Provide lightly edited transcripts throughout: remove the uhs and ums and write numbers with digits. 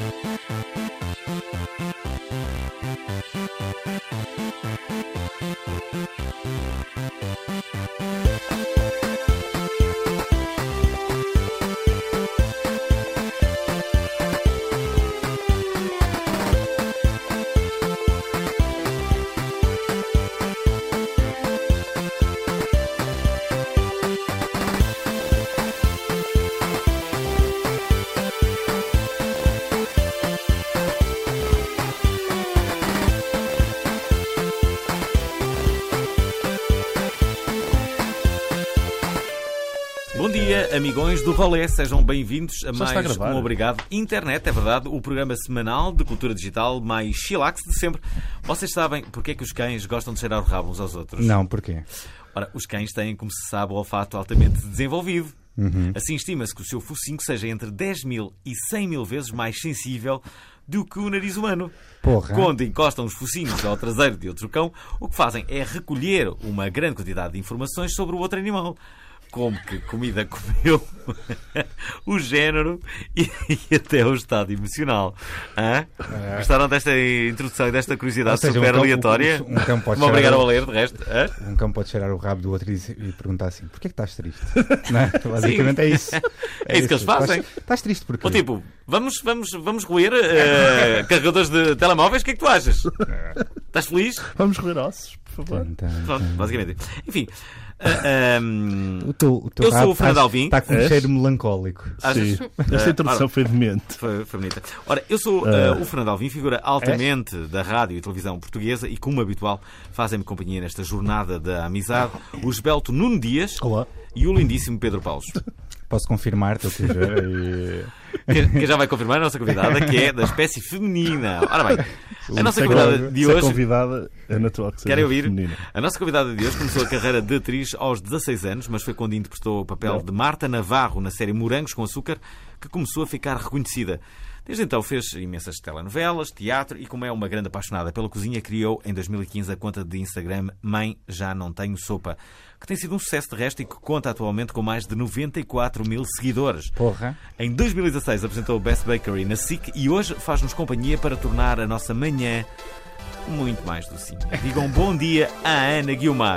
Bom dia, amigões do Rolê, sejam bem-vindos a mais um Obrigado Internet, é verdade, o programa semanal de cultura digital mais chillax de sempre. Vocês sabem porque é que os cães gostam de cheirar o rabo uns aos outros? Não, porquê? Ora, os cães têm, como se sabe, o olfato altamente desenvolvido. Assim, estima-se que o seu focinho seja entre 10.000 e 100.000 vezes mais sensível do que o nariz humano. Porra. Quando encostam os focinhos ao traseiro de outro cão, o que fazem é recolher uma grande quantidade de informações sobre o outro animal. Como que comida comeu, o género e até o estado emocional. Gostaram desta introdução e desta curiosidade super aleatória? Um cão pode me obrigaram a ler, de resto. Um cão pode cheirar o rabo do outro e perguntar assim: porquê é que estás triste? Não é? Basicamente é isso. É isso que eles fazem. Estás triste porque... Ou tipo, vamos roer carregadores de telemóveis, o que é que tu achas? Estás feliz? Vamos roer ossos, por favor. Pronto, basicamente. Enfim... o teu eu sou o Fernando Alvim. Está com um cheiro melancólico. Sim. Esta introdução foi demente. Foi bonita. Ora, eu sou o Fernando Alvim, figura altamente da rádio e televisão portuguesa e, como habitual, fazem-me companhia nesta jornada da amizade o esbelto Nuno Dias. Olá. E o lindíssimo Pedro Paulos. Posso confirmar, estou a ver. Quem já vai confirmar a nossa convidada, que é da espécie feminina. Ora bem, a nossa convidada de hoje... A convidada é natural que seja Querem ouvir? feminina. A nossa convidada de hoje começou a carreira de atriz aos 16 anos, mas foi quando interpretou o papel de Marta Navarro na série Morangos com Açúcar que começou a ficar reconhecida. Desde então fez imensas telenovelas, teatro e, como é uma grande apaixonada pela cozinha, criou em 2015 a conta de Instagram Mãe Já Não Tenho Sopa, que tem sido um sucesso de resto e que conta atualmente com mais de 94.000 seguidores. Porra. Em 2016 apresentou o Best Bakery na SIC e hoje faz-nos companhia para tornar a nossa manhã muito mais docinha. Digam bom dia à Ana Guiomar.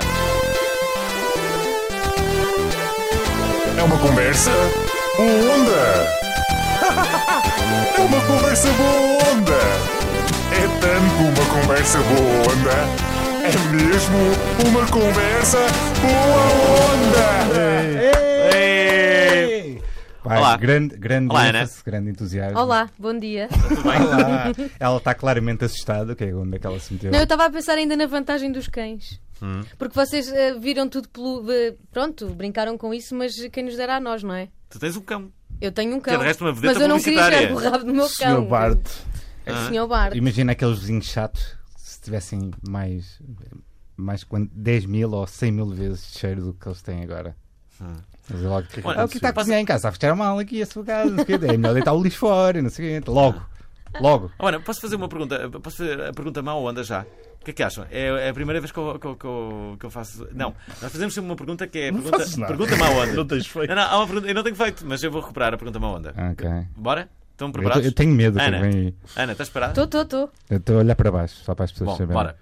É uma conversa boa onda. É uma conversa boa onda. É tanto uma conversa boa onda. É mesmo uma conversa boa onda. Ei! Vai, Olá. Grande Olá, ênfase, grande entusiasmo. Olá, bom dia. Olá. Ela está claramente assustada. Onde é que ela se meteu? Não, eu estava a pensar ainda na vantagem dos cães. Porque vocês viram tudo pelo... pronto, brincaram com isso, mas quem nos dera a nós, não é? Tu tens um cão. Eu tenho um Que é cão. de resto uma vedeta mas eu não queria publicitária. cheirar o rabo do meu cão. Sr. Bart. O Sr. Bart. Imagina aqueles vizinhos chatos se tivessem mais 10.000 ou 100.000 vezes de cheiro do que eles têm agora. Mas logo, Olha, o que está a cozinhar em casa? Está a fechar mal aqui a sua casa. Não sei o quê. É melhor deitar o lixo fora. Não sei o quê. Logo. Olha, posso fazer uma pergunta? Posso fazer a pergunta má onda já? O que é que acham? É a primeira vez que eu faço... Não, nós fazemos sempre uma pergunta que é a pergunta má onda. Não tens feito. Não, há uma pergunta, eu não tenho feito, mas eu vou recuperar a pergunta má onda. Ok. Bora? Estão preparados? Eu tenho medo. Ana, Que vem aí. Ana, estás parada? Estou. Eu estou a olhar para baixo, só para as pessoas Bom, saberem. bora.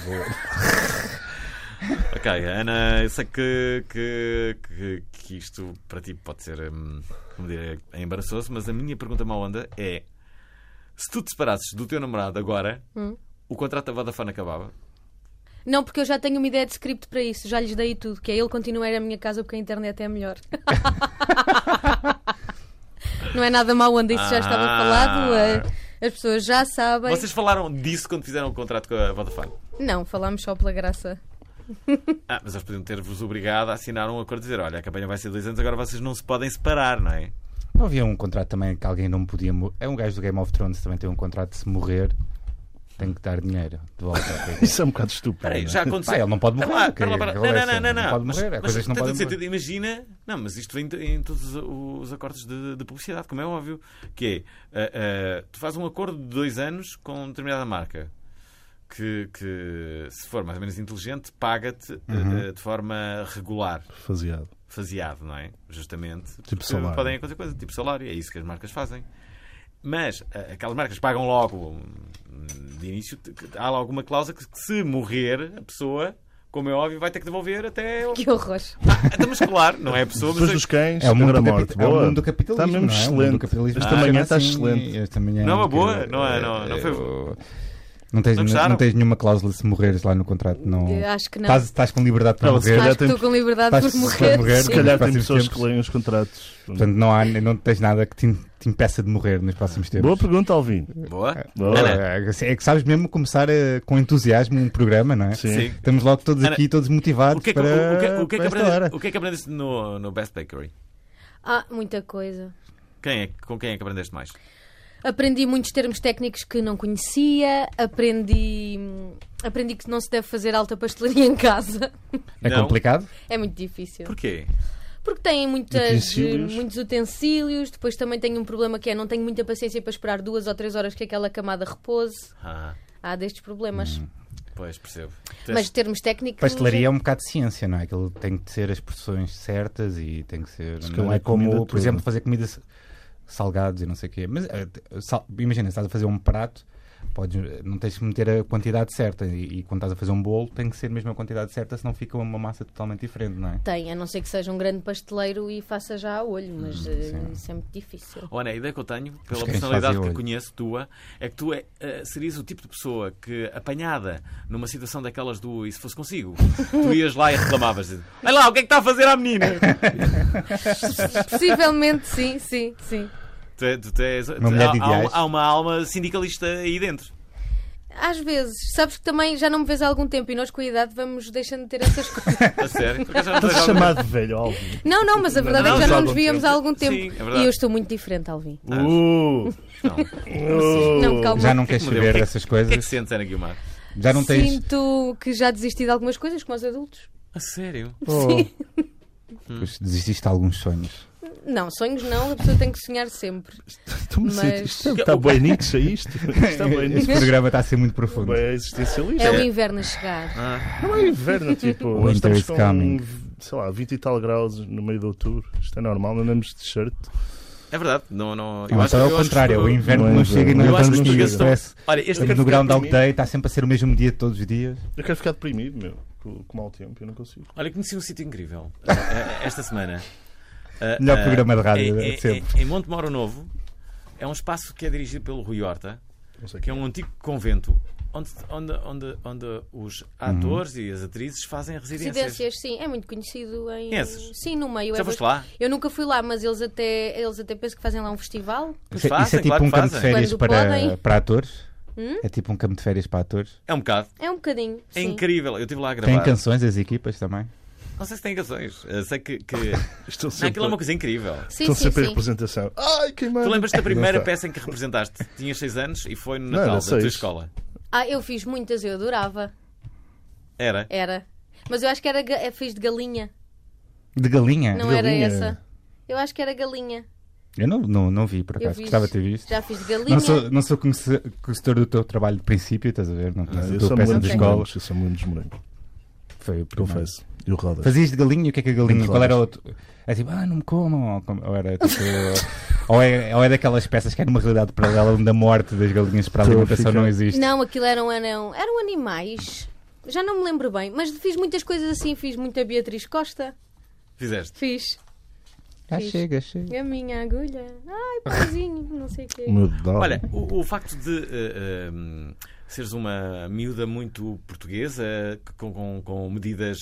Ok, Ana, eu sei que isto para ti pode ser, como dizer, é embaraçoso, mas a minha pergunta má onda é: se tu te separasses do teu namorado agora, o contrato da Vodafone acabava? Não, porque eu já tenho uma ideia de script para isso. Já lhes dei tudo. Que é ele continuar a minha casa porque a internet é melhor. Não é nada mau onda, isso já estava falado. As pessoas já sabem. Vocês falaram disso quando fizeram o contrato com a Vodafone? Não, falámos só pela graça. Mas eles podiam ter-vos obrigado a assinar um acordo e dizer: olha, a campanha vai ser 2 anos, agora vocês não se podem separar, não é? Não havia um contrato também que alguém não podia... É um gajo do Game of Thrones também tem um contrato de se morrer tem que dar dinheiro de volta. Isso é um bocado estúpido. Peraí, já aconteceu. Ele não pode morrer. Não, não pode morrer. Há coisas que não podem morrer. Imagina, não, mas isto vem em todos os acordos de publicidade, como é óbvio, que é, tu fazes um acordo de 2 anos com determinada marca que se for mais ou menos inteligente, paga-te de forma regular. Faseado, não é? Justamente. Tipo salário. Podem acontecer coisas, tipo salário. É isso que as marcas fazem. Mas aquelas marcas pagam logo de início. Há logo uma cláusula que se morrer a pessoa, como é óbvio, vai ter que devolver até... Que horror. Então, mas claro, não é a pessoa, Depois mas... dos cães, É o mundo agora do a morte. é o Boa. mundo do capitalismo. Está mesmo não é? O mundo excelente. do capitalismo Esta funciona manhã está assim, excelente. esta manhã Não, que- boa, não foi... Não tens, Não gostaram? não tens nenhuma cláusula se morreres lá no contrato. Não... Eu acho que não. Estás com liberdade para Não, se morrer. calhar Acho que estou com liberdade Estás- por se morrer. morrer, Se calhar tem próximos pessoas tempos. que leem os contratos. Portanto, não tens nada que te impeça de morrer nos próximos tempos. Boa pergunta, Alvin. Boa. Boa. Ana. É que sabes mesmo começar com entusiasmo um programa, não é? Sim. Sim. Estamos logo todos Ana, aqui, todos motivados O que é que, para, o que é para que esta hora. aprendeste no Best Bakery? Muita coisa. Com quem é que aprendeste mais? Aprendi muitos termos técnicos que não conhecia. Aprendi que não se deve fazer alta pastelaria em casa. É Não. complicado? É muito difícil. Porquê? Porque tem Utensílios. muitos utensílios. Depois também tenho um problema que é não tenho muita paciência para esperar 2 ou 3 horas que aquela camada repouse. Ah, Há destes problemas. pois, percebo. Mas termos técnicos... Pastelaria é um bocado de ciência, não é? Aquilo tem que ter as porções certas e tem que ser. Se Não calhar é a comida como, por toda. exemplo, fazer comida salgados e não sei o quê. Mas imagina, se estás a fazer um prato, não tens que meter a quantidade certa. E quando estás a fazer um bolo, tem que ser mesmo a quantidade certa, senão fica uma massa totalmente diferente, não é? Tem, a não ser que seja um grande pasteleiro e faça já a olho, mas sim. isso é muito difícil. Olha, a ideia que eu tenho, pela cães personalidade fazem que olho. conheço tua, é que tu serias o tipo de pessoa que, apanhada numa situação daquelas do e se fosse consigo, tu ias lá e reclamavas. Olha lá, o que é que está a fazer à menina? Possivelmente, sim. Tu és, Uma mulher de ideais. há uma alma sindicalista aí dentro. Às vezes, sabes que também já não me vês há algum tempo e nós com a idade vamos deixando de ter essas coisas. A sério? Porque eu já não Estás vejo chamado de velho, Alvin. Não, mas a verdade é Não, que já já não há nos algum víamos há algum Sim, tempo. é verdade. E eu estou muito diferente, Alvin. Não. Não, calma. Já não queres Mudeu. saber O que é dessas O que é que coisas? sentes, Ana Guilmar? Já não tens. Sinto que já desisti de algumas coisas, como os adultos. A sério? Sim. Pois desististe de alguns sonhos. Não, sonhos não, a pessoa tem que sonhar sempre. Mas- Está bem Nietzsche isto. Está bem Este Nietzsche. programa está a ser muito profundo. Bem existencialista. É o inverno a chegar. Não é inverno, tipo, nós Winter estamos is com, coming. sei lá, 20 e tal graus no meio de outubro. Isto é normal, não andamos de t-shirt. É verdade. Não, Não, então é o contrário, o inverno não é não chega e inverno. não Eu acho estamos que os no portugueses estão- stress. Olha, este Estamos no ficar Groundhog deprimido. Day, está sempre a ser o mesmo dia todos os dias. Eu quero ficar deprimido, meu, com mau tempo, eu não consigo. Olha, conheci um sítio incrível esta semana. Melhor programa de rádio é, de sempre. em Monte Moro Novo. É um espaço que é dirigido pelo Rui Horta, Não sei que é um antigo convento onde os atores e as atrizes fazem residências. Residências, sim, é muito conhecido em. Conheces? Sim, no meio. Já foste lá? Eu nunca fui lá, mas eles até penso que fazem lá um festival. Pois Isso é fazem, tipo claro um que campo de fazem. férias Quando para, podem. para atores? É tipo um campo de férias para atores? É um bocado. É um bocadinho. É sim. incrível. Eu estive lá a Tem gravar. canções as equipas também? Não sei se tem canções. Sei que Estão não, sempre, aquilo é uma coisa incrível. Sim, estão sim, sempre em sim. representação. Ai, queimado. Tu lembras-te da primeira Não está. peça em que representaste? Tinhas 6 anos e foi no Não, Natal era da tua 6. escola. Eu fiz muitas, eu adorava. Era? Era. Mas eu acho que fiz de galinha. De galinha? Não De era galinha? essa. Eu acho que era galinha. Eu não vi, por Eu acaso. fiz- Gostava de ter visto. Já fiz de galinha. Não sou conhecedor do teu trabalho de princípio, estás a ver? Não conheço a Eu tua sou peça muito de dos escola. morangos. Eu sou muito dos morangos. Foi o primeiro. Confesso. E o Rodas. Fazias de galinha? O que é galinha? Muito Qual era o rodas. outro? É tipo, não me comam. Ou era tipo. ou é daquelas peças que é numa realidade paralela onde a morte das galinhas para a Estou a alimentação ficar- não existe. Não, aquilo eram animais. Já não me lembro bem, mas fiz muitas coisas assim. Fiz muita Beatriz Costa. Fizeste? Fiz. Já Fiz. chega. A minha agulha. Ai, pãozinho, não sei o quê. O meu dó. Olha, o facto de seres uma miúda muito portuguesa, com medidas.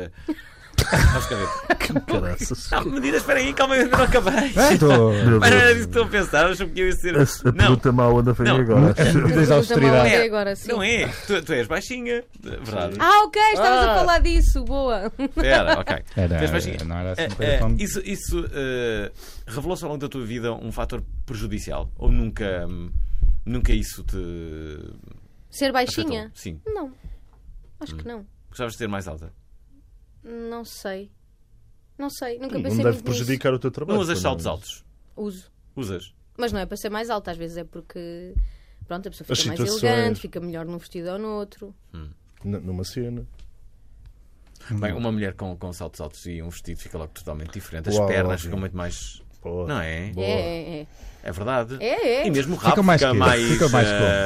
Vamos cá ver. Caraças. Não, medidas, espera aí, calma, eu ainda não acabei. Meu Mas não era Deus. disso que estou a pensar, acho que eu ia ser. A Não, pergunta má onda foi Não. agora. Medidas de Pergunta mal austeridade. até agora, sim. não é. Tu és baixinha, verdade. Ok, estavas a falar disso. Boa. Era, ok. Tu és baixinha. Não era assim uma coisa tão... Isso revelou-se ao longo da tua vida um fator prejudicial? Ou nunca isso te. Ser afetou? baixinha? Sim. Não. Acho que não. Gostavas de ser mais alta? Não sei. Não sei. Nunca Não pensei deve muito nisso. prejudicar o teu trabalho. Não usas pois saltos altos? Uso. Usas? Mas não é para ser mais alta. Às vezes é porque... Pronto, a pessoa As fica mais situações. elegante, fica melhor num vestido ou noutro. Numa cena. Bem, uma mulher com saltos altos e um vestido fica logo totalmente diferente. As Uau, pernas óbvio. ficam muito mais Boa. Não é? Boa. É. É verdade. É. E mesmo o Fica rabo mais fica quê? mais... Fica mais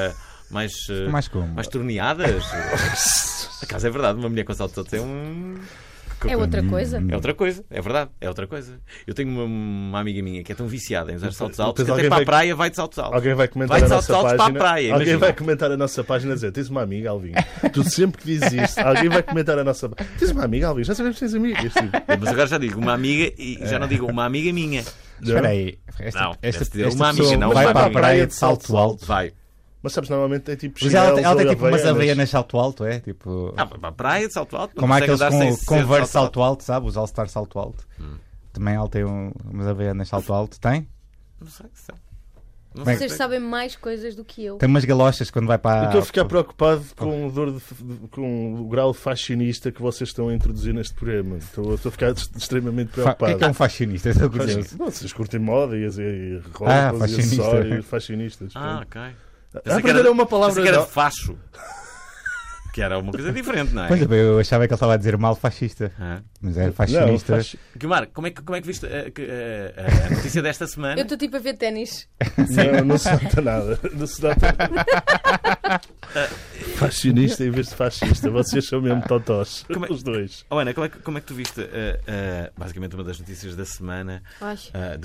mais como? mais torneadas. Acaso é verdade, uma mulher com saltos altos é um... É outra coisa. É outra coisa, é verdade, é outra coisa. Eu tenho uma amiga minha que é tão viciada em usar saltos altos que Depois até alguém para a vai- praia vai de saltos altos. Alguém vai comentar Vai a de nossa saltos página. para a praia, Alguém imagina. vai comentar a nossa página e dizer: tens uma amiga, Alvin. Tu sempre que dizes isto, alguém vai comentar a nossa página. Tens uma amiga, Alvin. Já sabemos que tens amigas. Tipo. Mas agora já digo uma amiga e já não digo uma amiga minha. Espera aí. Não, Esta deve ter pessoa uma amiga, não vai uma para a amiga. praia de salto alto. Vai. Mas sabes, normalmente é tipo. Mas ela chinelos tem ou tipo umas havaianas. havaianas salto alto, é? Tipo... Ah, para a praia de salto alto. Como há aqueles com Converse salto alto, sabe? Os All-Star salto alto. Também ela tem umas havaianas salto alto. Tem? Não sei. Bem, Vocês sabem mais coisas do que eu. Tem umas galochas quando vai para Eu estou a ficar preocupado com com o grau fashionista que vocês estão a introduzir neste programa. Estou a ficar extremamente O que preocupado. é um fashionista? Estou curioso. Não, vocês curtem moda e roupas e fashionista. acessórios fashionistas. Ah, ok. Aprenderam uma palavra Pensei que era nova. de facho. Que era uma coisa diferente, não é? Pois é, eu achava que ele estava a dizer mal fascista. Ah. Mas é Não, fashionista. Guilmar, como é que viste a notícia desta semana? Eu estou tipo a ver ténis. Não se nota nada. Não se nota nada. Fashionista em vez de fascista. Vocês são mesmo totós. Como é- Os dois. Oh, Ana, como é que tu viste basicamente uma das notícias da semana Ai.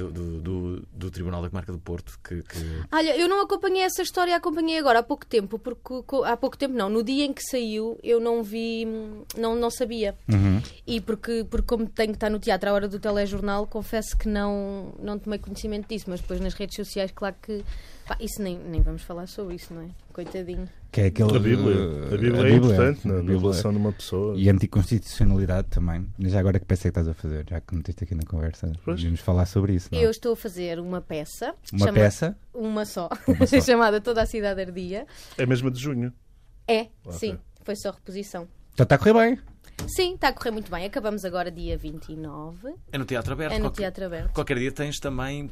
do Tribunal da Comarca do Porto? Que... Olha, eu não acompanhei essa história, acompanhei agora há pouco tempo, porque há pouco tempo não, no dia em que saiu eu não vi, não sabia. E porque como tenho que estar no teatro à hora do telejornal, confesso que não tomei conhecimento disso, mas depois nas redes sociais, claro que pá, isso nem vamos falar sobre isso, não é? Coitadinho. Que é aquele, A Bíblia é importante na evolução de uma pessoa. E anticonstitucionalidade também. Já agora que peça é que estás a fazer? Já que meteste aqui na conversa, Pois. devíamos falar sobre isso. Não? Eu estou a fazer uma peça. Uma peça? Uma só. Uma só. Chamada Toda a Cidade Ardia. É mesmo de junho. É, Ok. sim. Foi só reposição. Então está a correr bem. Sim, está a correr muito bem. Acabamos agora dia 29. É no Teatro Aberto. É no Teatro Aberto. Qualquer dia tens também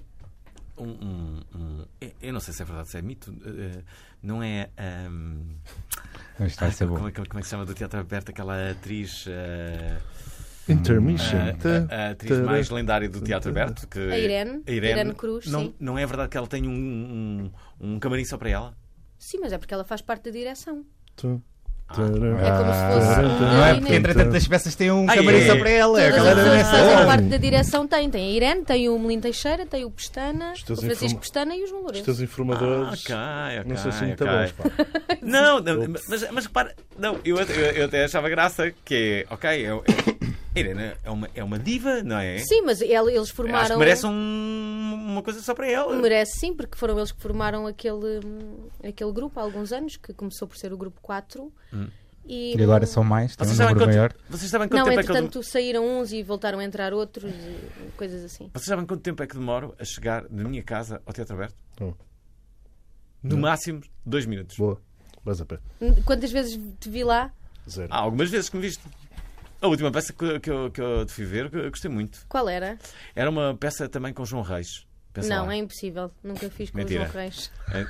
eu não sei se é verdade, se é mito. Não é. Mas está a ser bom. Como é que se chama do Teatro Aberto? Aquela atriz. Intermission. A atriz mais lendária do Teatro Aberto. Que, A Irene Cruz, não, sim. não é verdade que ela tem um camarim só para ela? Sim, mas é porque ela faz parte da direção. É como se fosse Não é a porque Irene. entretanto as peças têm um Ah, camarim é. só para ela. Todas Aquela as pessoas que fazem direção. parte da direção têm. Tem a Irene, tem o Melim Teixeira, tem o Pestana, Os o teus Francisco Pestana e o João Os Lourenço. teus informadores Ok. não são assim muito bons. Pá. Não, mas repara, não, eu até achava graça que é, ok, Irene é uma diva, não é? Sim, mas eles formaram. Acho que merece uma coisa só para ela. Merece sim, porque foram eles que formaram aquele grupo há alguns anos, que começou por ser o grupo 4. E agora são mais, tem um Vocês sabem número maior. vocês sabem quanto Não, tempo é que entretanto saíram uns e voltaram a entrar outros e coisas assim. vocês sabem quanto tempo é que demoro a chegar da minha casa ao Teatro Aberto? Não. No máximo 2 minutos. Boa. Vais a pé. Quantas vezes te vi lá? Zero. Há algumas vezes que me viste. A última peça que eu te fui ver, eu gostei muito. Qual era? Era uma peça também com João Reis. Pensa Não, lá. é impossível. Nunca fiz com Mentira. o João Reis. É,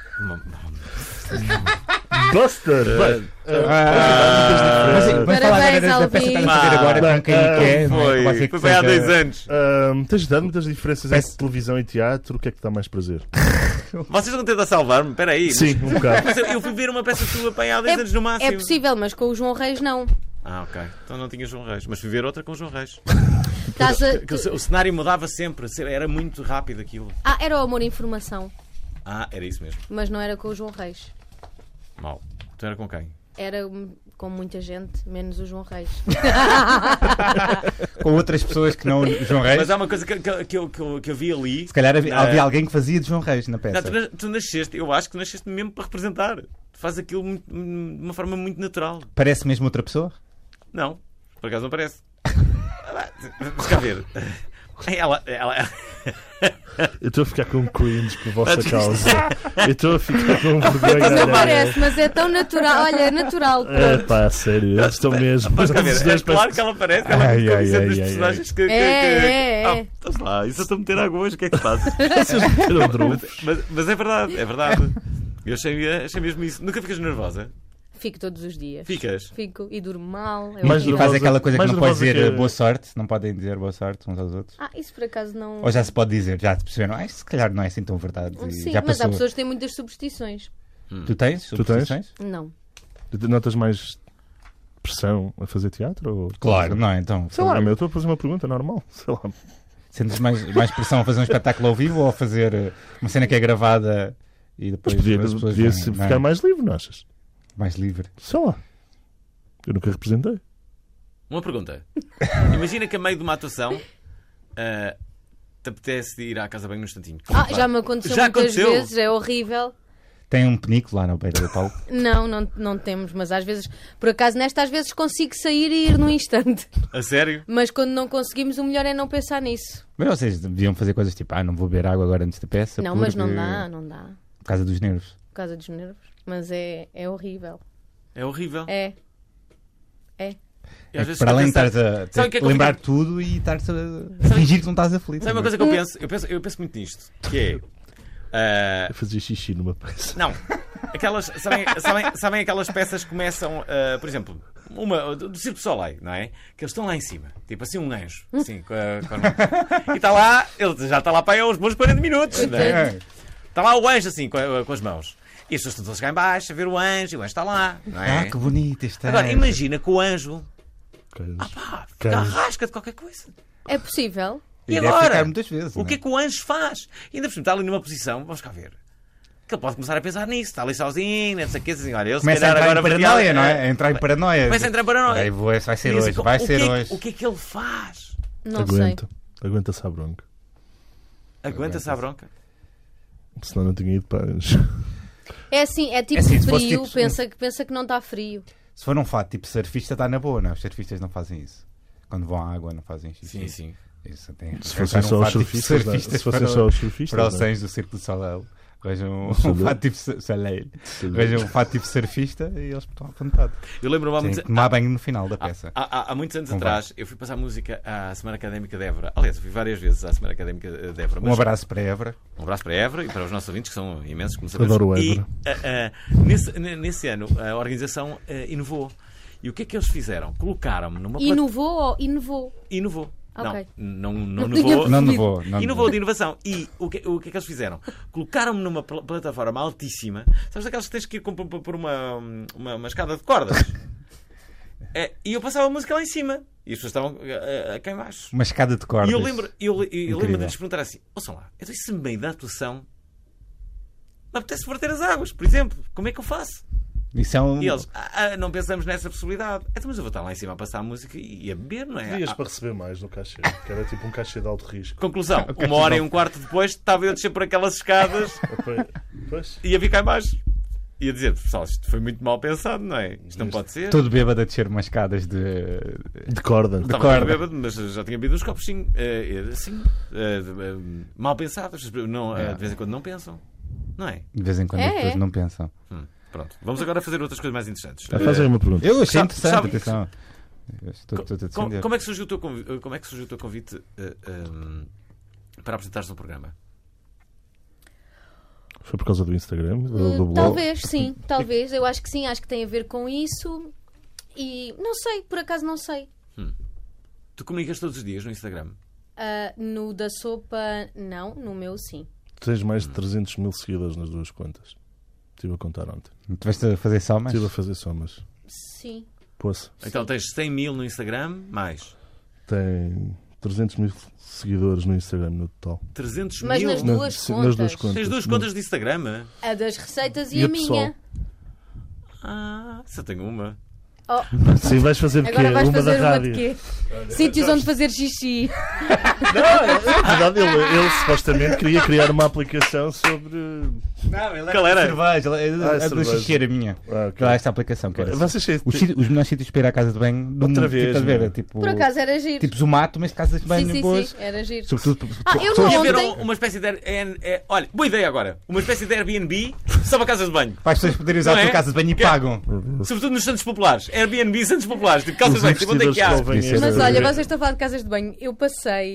Buster! Bem, Vamos falar Parabéns, da peça que estás a fazer Alvin. agora com quem é que é. não é? Pode ser que foi bem há seja- 2 anos. tens dado muitas diferenças Peço- entre televisão e teatro. O que é que dá mais prazer? Vocês vão tentar salvar-me? Espera aí. Sim, um bocado. Mas eu fui ver uma peça tua para aí há 10 anos no máximo. É possível, mas com o João Reis não. Ah, ok. Então não tinha João Reis. Mas fui ver outra com João Reis. Estás a- Que o cenário mudava sempre. Era muito rápido aquilo. Ah, era o Amor e Informação, Ah, era isso mesmo. mas não era com o João Reis. Mal. Tu era com quem? Era com muita gente, menos o João Reis. Com outras pessoas que não João Reis. Mas há uma coisa que eu vi ali. Se calhar havia alguém que fazia de João Reis na Não, peça. tu nasceste, eu acho que nasceste mesmo para representar. Tu fazes aquilo de uma forma muito natural. Parece mesmo outra pessoa? Não, por acaso não parece. Vamos cá ver. Ela... Eu estou a ficar com cringe por vossa causa. Eu estou a ficar com vergonha. Não parece, mas é tão natural. Olha, é natural. É Pronto. pá, sério, eles estão mesmo. Vamos cá ver. Os É dois claro que ela parece. Ela é Ai, muito ai, conhecida ai, das ai, personagens que... É. Ah, estás lá, isso eu estou a meter água hoje, o que é que fazes? Vocês meteram drufos. Mas é verdade, é verdade. Eu achei mesmo isso. Nunca ficas nervosa? Fico todos os dias. Ficas? Fico e durmo mal. É Mas E horrível. faz aquela coisa que mais não pode nervosa dizer que- boa sorte, não podem dizer boa sorte uns aos outros. Isso por acaso não. Ou já se pode dizer, já te perceberam, se calhar não é assim tão verdade. E Sim, já mas há passou. pessoas que têm muitas superstições. Tu tens Tu tens? superstições? Não. Notas mais pressão a fazer teatro? Ou... Claro, não é? Então, Sei lá, meu, estou a fazer uma pergunta normal. Sei lá. sentes mais pressão a fazer um espetáculo ao vivo ou a fazer uma cena que é gravada e depois Mas podia, as pessoas podia vêm, não é? ficar mais livre, não achas? Mais livre? Sei lá. Eu nunca representei. Uma pergunta. Imagina que a meio de uma atuação te apetece de ir à casa bem num instantinho. Já me aconteceu Já muitas aconteceu? vezes, é horrível. Tem um penico lá na beira do palco. Não temos, mas às vezes, por acaso, às vezes consigo sair e ir num instante. A sério? Mas quando não conseguimos, o melhor é não pensar nisso. Mas vocês deviam fazer coisas tipo, não vou beber água agora antes da peça. Não, mas porque- não dá. Por causa dos nervos. Por causa dos nervos. Mas é horrível. É horrível. É. E às É que vezes para além de pensar- estares a Sabe o ter que é que que eu lembrar fico- tudo e estares a fingir que não estás aflito. Sabe uma coisa que eu penso muito nisto, que é... Eu fazia xixi numa peça. Não. Aquelas, sabem aquelas peças que começam, por exemplo, uma do Circo du Soleil, não é? Que eles estão lá em cima, tipo assim um anjo, assim, e está lá, ele já está lá para aí há uns bons 40 minutos, não é? Está lá o anjo assim, com as mãos. E as pessoas estão todas cá em baixo a ver o anjo, e o anjo está lá, não é? Que bonito este Agora, anjo. imagina que o anjo, Coisas. fica à rasca de qualquer coisa. É possível. E deve agora? ficar muitas vezes, O que é que o anjo faz? E ainda por cima está ali numa posição, vamos cá ver. Que ele pode começar a pensar nisso, está ali sozinho, não sei o que, assim, olha, ele se Começa a calhar entrar em agora paranoia, não é? A entrar em paranoia. Começa a entrar em paranoia. Aí vai ser E diz, hoje, vai ser hoje. O que é que ele faz? Não sei. Aguenta-se à bronca. Aguenta-se à bronca. Senão não tinha ido para anjo. É assim, é tipo É assim, se fosse frio, tipo- pensa que não está frio. Se for um fato tipo surfista, está na boa, não? Os surfistas não fazem isso. Quando vão à água, não fazem xixi. Sim, sim. Isso tem. Se fossem só os surfistas, não é? Se fossem só os surfistas, para os não é? cães do Circo do Soleil, arranjam um Soleil. fato tipo Soleil. Arranjam um fato tipo surfista e eles estão à vontade. Eu lembro-me há Tem muitos, que tomar banho no final da peça. há muitos anos Não atrás, eu fui passar música à Semana Académica de Évora. Aliás, eu fui várias vezes à Semana Académica de Évora. Um mas- abraço para Évora. Um abraço para a Évora e para os nossos ouvintes, que são imensos, como sabemos. Adoro o E Évora. nesse ano a organização inovou. E o que é que eles fizeram? Colocaram-me numa Inovou ou inovou? Inovou. Ok. Não Não inovou. tinha Não percebido. nevou. Não Inovou nevou. de inovação. E o que é que eles fizeram? Colocaram-me numa plataforma altíssima. Sabes aquelas que tens que ir por uma escada de cordas? E eu passava a música lá em cima. E as pessoas estavam cá em baixo. Uma escada de cordas. E eu lembro Incrível. de lhes perguntar assim: ouçam lá, então isso no meio da atuação me apetece verter as águas, por exemplo, como é que eu faço? Isso é um... E eles, não pensamos nessa possibilidade. Então, mas eu vou estar lá em cima a passar a música e a beber, não é? Pedias para receber mais no cachê, que era tipo um cachê de alto risco. Conclusão, 1h15 depois estava eu a descer por aquelas escadas Pois. e a vir cá em baixo. E a dizer, pessoal, isto foi muito mal pensado, não é? Isto não pode ser. Todo bêbado a descer umas escadas de... De corda. Estava corda. bêbado, mas já tinha bebido uns copos assim, mal pensados. Não, de vez em quando não pensam, não é? De vez em quando É, as pessoas é. não pensam. Pronto, vamos agora fazer outras coisas mais interessantes. Faz aí uma pergunta. Eu achei Sabe- interessante, sabe- atenção. Eu estou a defender. Como é que surgiu o teu convite, para apresentares no programa? Foi por causa do Instagram? Do blog? Talvez, sim, talvez. Eu acho que sim, acho que tem a ver com isso. E não sei, por acaso não sei. Tu comunicas todos os dias no Instagram? No da sopa, não, no meu sim. Tens mais de 300 mil seguidores nas duas contas. Estive a contar ontem. Tiveste a fazer somas? Estive a fazer somas. Sim. Poça. Então tens 100 mil no Instagram, mais Tem 300 mil seguidores no Instagram no total. 300 Mas mil. nas duas Sim, contas. nas duas contas. Tens duas contas de Instagram? A das receitas E e a a pessoal? minha. Só tenho uma. Oh, Sim, vais fazer de quê? agora vais Uma da fazer uma rádio. de quê? Sítios onde fazer xixi. Na verdade, ele supostamente queria criar uma aplicação sobre. Não, ele Qual era? cerveja. É a do cerveja. xixi era minha. Ok. Lá esta aplicação que era. Vocês têm- Os melhores sítios para ir à casa de banho do Outra mundo, vez, tipo, a ver, não é? tipo, Por acaso era giro. tipo Zumato, mas casas de banho Sim, sim, boas. sim, era giro. Sobretudo Eu pessoas- não- Haver Ontem- uma espécie de. Olha, boa ideia agora. Uma espécie de Airbnb só para casas de banho. para as pessoas poderem usar Não a tua é? casa de banho e Que é- pagam. Sobretudo nos Santos Populares. Airbnb Santos Populares. Tipo casas Os de banho. Tipo, onde é que há? investidores que Isso é Mas Sim. olha, vocês estão a falar de casas de banho. Eu passei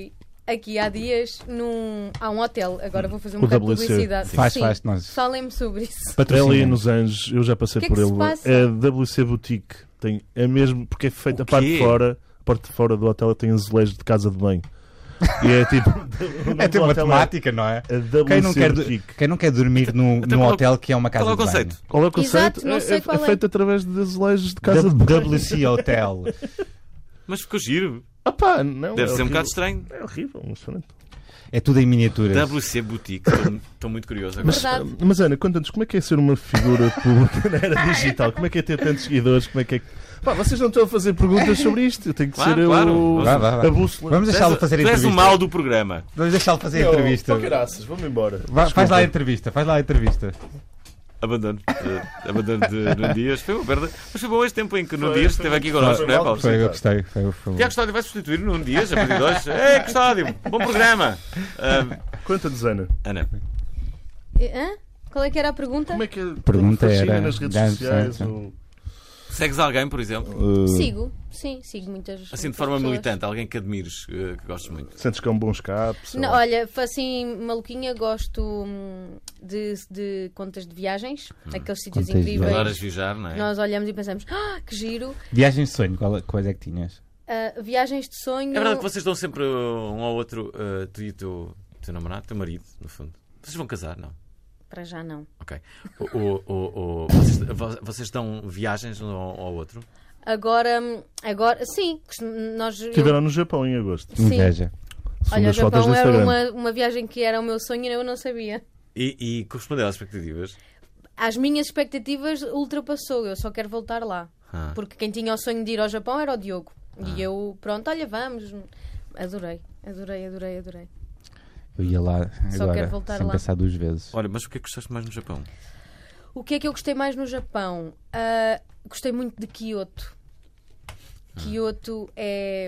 aqui há dias há um hotel. Agora vou fazer um O bocado de WC. publicidade. Faz, Sim. faz, nós. Falem-me sobre isso. É ali Patrocinem. nos Anjos, eu já passei O que é por que se ele. passa? É WC Boutique. É mesmo porque é feita a parte de fora. A parte de fora do hotel tem azulejos de casa de banho. E é tipo. É ter uma temática, não é? A WC Boutique. Quem não quer dormir num Então, qual é o- hotel que é uma casa Qual é o de conceito? banho? Qual é o conceito? Exato, não sei qual é. feito através de azulejos de casa de banho. WC Hotel. Mas ficou giro. Opá, não, Deve é ser um horrível. bocado estranho. É horrível, mas pronto. É tudo em miniaturas. WC Boutique. Estou muito curioso agora. Verdade. Mas Ana, conta-nos como é que é ser uma figura pública na era digital? Como é que é ter tantos seguidores? Como é que é... Pá, vocês não estão a fazer perguntas sobre isto. Eu tenho que Claro, ser claro. Vá. a bússola. Vamos deixá-lo fazer a Tu és o entrevista. mal do programa. Vamos deixá-lo fazer a entrevista. Pô, caraças, vamos embora. Faz lá a entrevista. Faz lá a entrevista. Abandono. Abandono de Nuno Dias. Foi uma perda. Mas foi bom este tempo em que Nuno Dias esteve aqui connosco, não é, Paulo? Foi, eu gostei. Foi. Tiago Custódio vai substituir o Nuno Dias a partir de hoje. Ei, Custódio, bom programa. Conta-nos, Ana. Ana, Hã? Qual é que era a pergunta? Como é que é Pergunta fascina era- nas redes Já- sociais? sim. ou- segues alguém, por exemplo? Sigo muitas. Assim, de muitas forma pessoas. militante, alguém que admires, que gostes muito. Sentes que é um bom escape? sei Não, lá. olha, assim, maluquinha, gosto de contas de viagens, aqueles sítios Contas de incríveis. Adoras viajar, não é? Nós olhamos e pensamos, que giro. Viagem de sonho, quais é que tinhas? Viagens de sonho. É verdade que vocês dão sempre um ao outro, tu e o teu namorado, teu marido, no fundo. Vocês vão casar, não? Para já não. Ok. Vocês dão viagens um ao outro? Agora sim, nós. Estiveram no Japão em agosto. Sim. Inveja. Olha, o Segundo as fotos Japão no era Instagram. uma viagem que era o meu sonho e eu não sabia. E correspondeu às expectativas? As minhas expectativas ultrapassou, eu só quero voltar lá. Ah. Porque quem tinha o sonho de ir ao Japão era o Diogo. E eu, pronto, olha, vamos. Adorei. Eu ia lá Só agora, quero voltar sem lá. pensar duas vezes. Olha, mas o que é que gostaste mais no Japão? O que é que eu gostei mais no Japão? Gostei muito de Kyoto. Kyoto é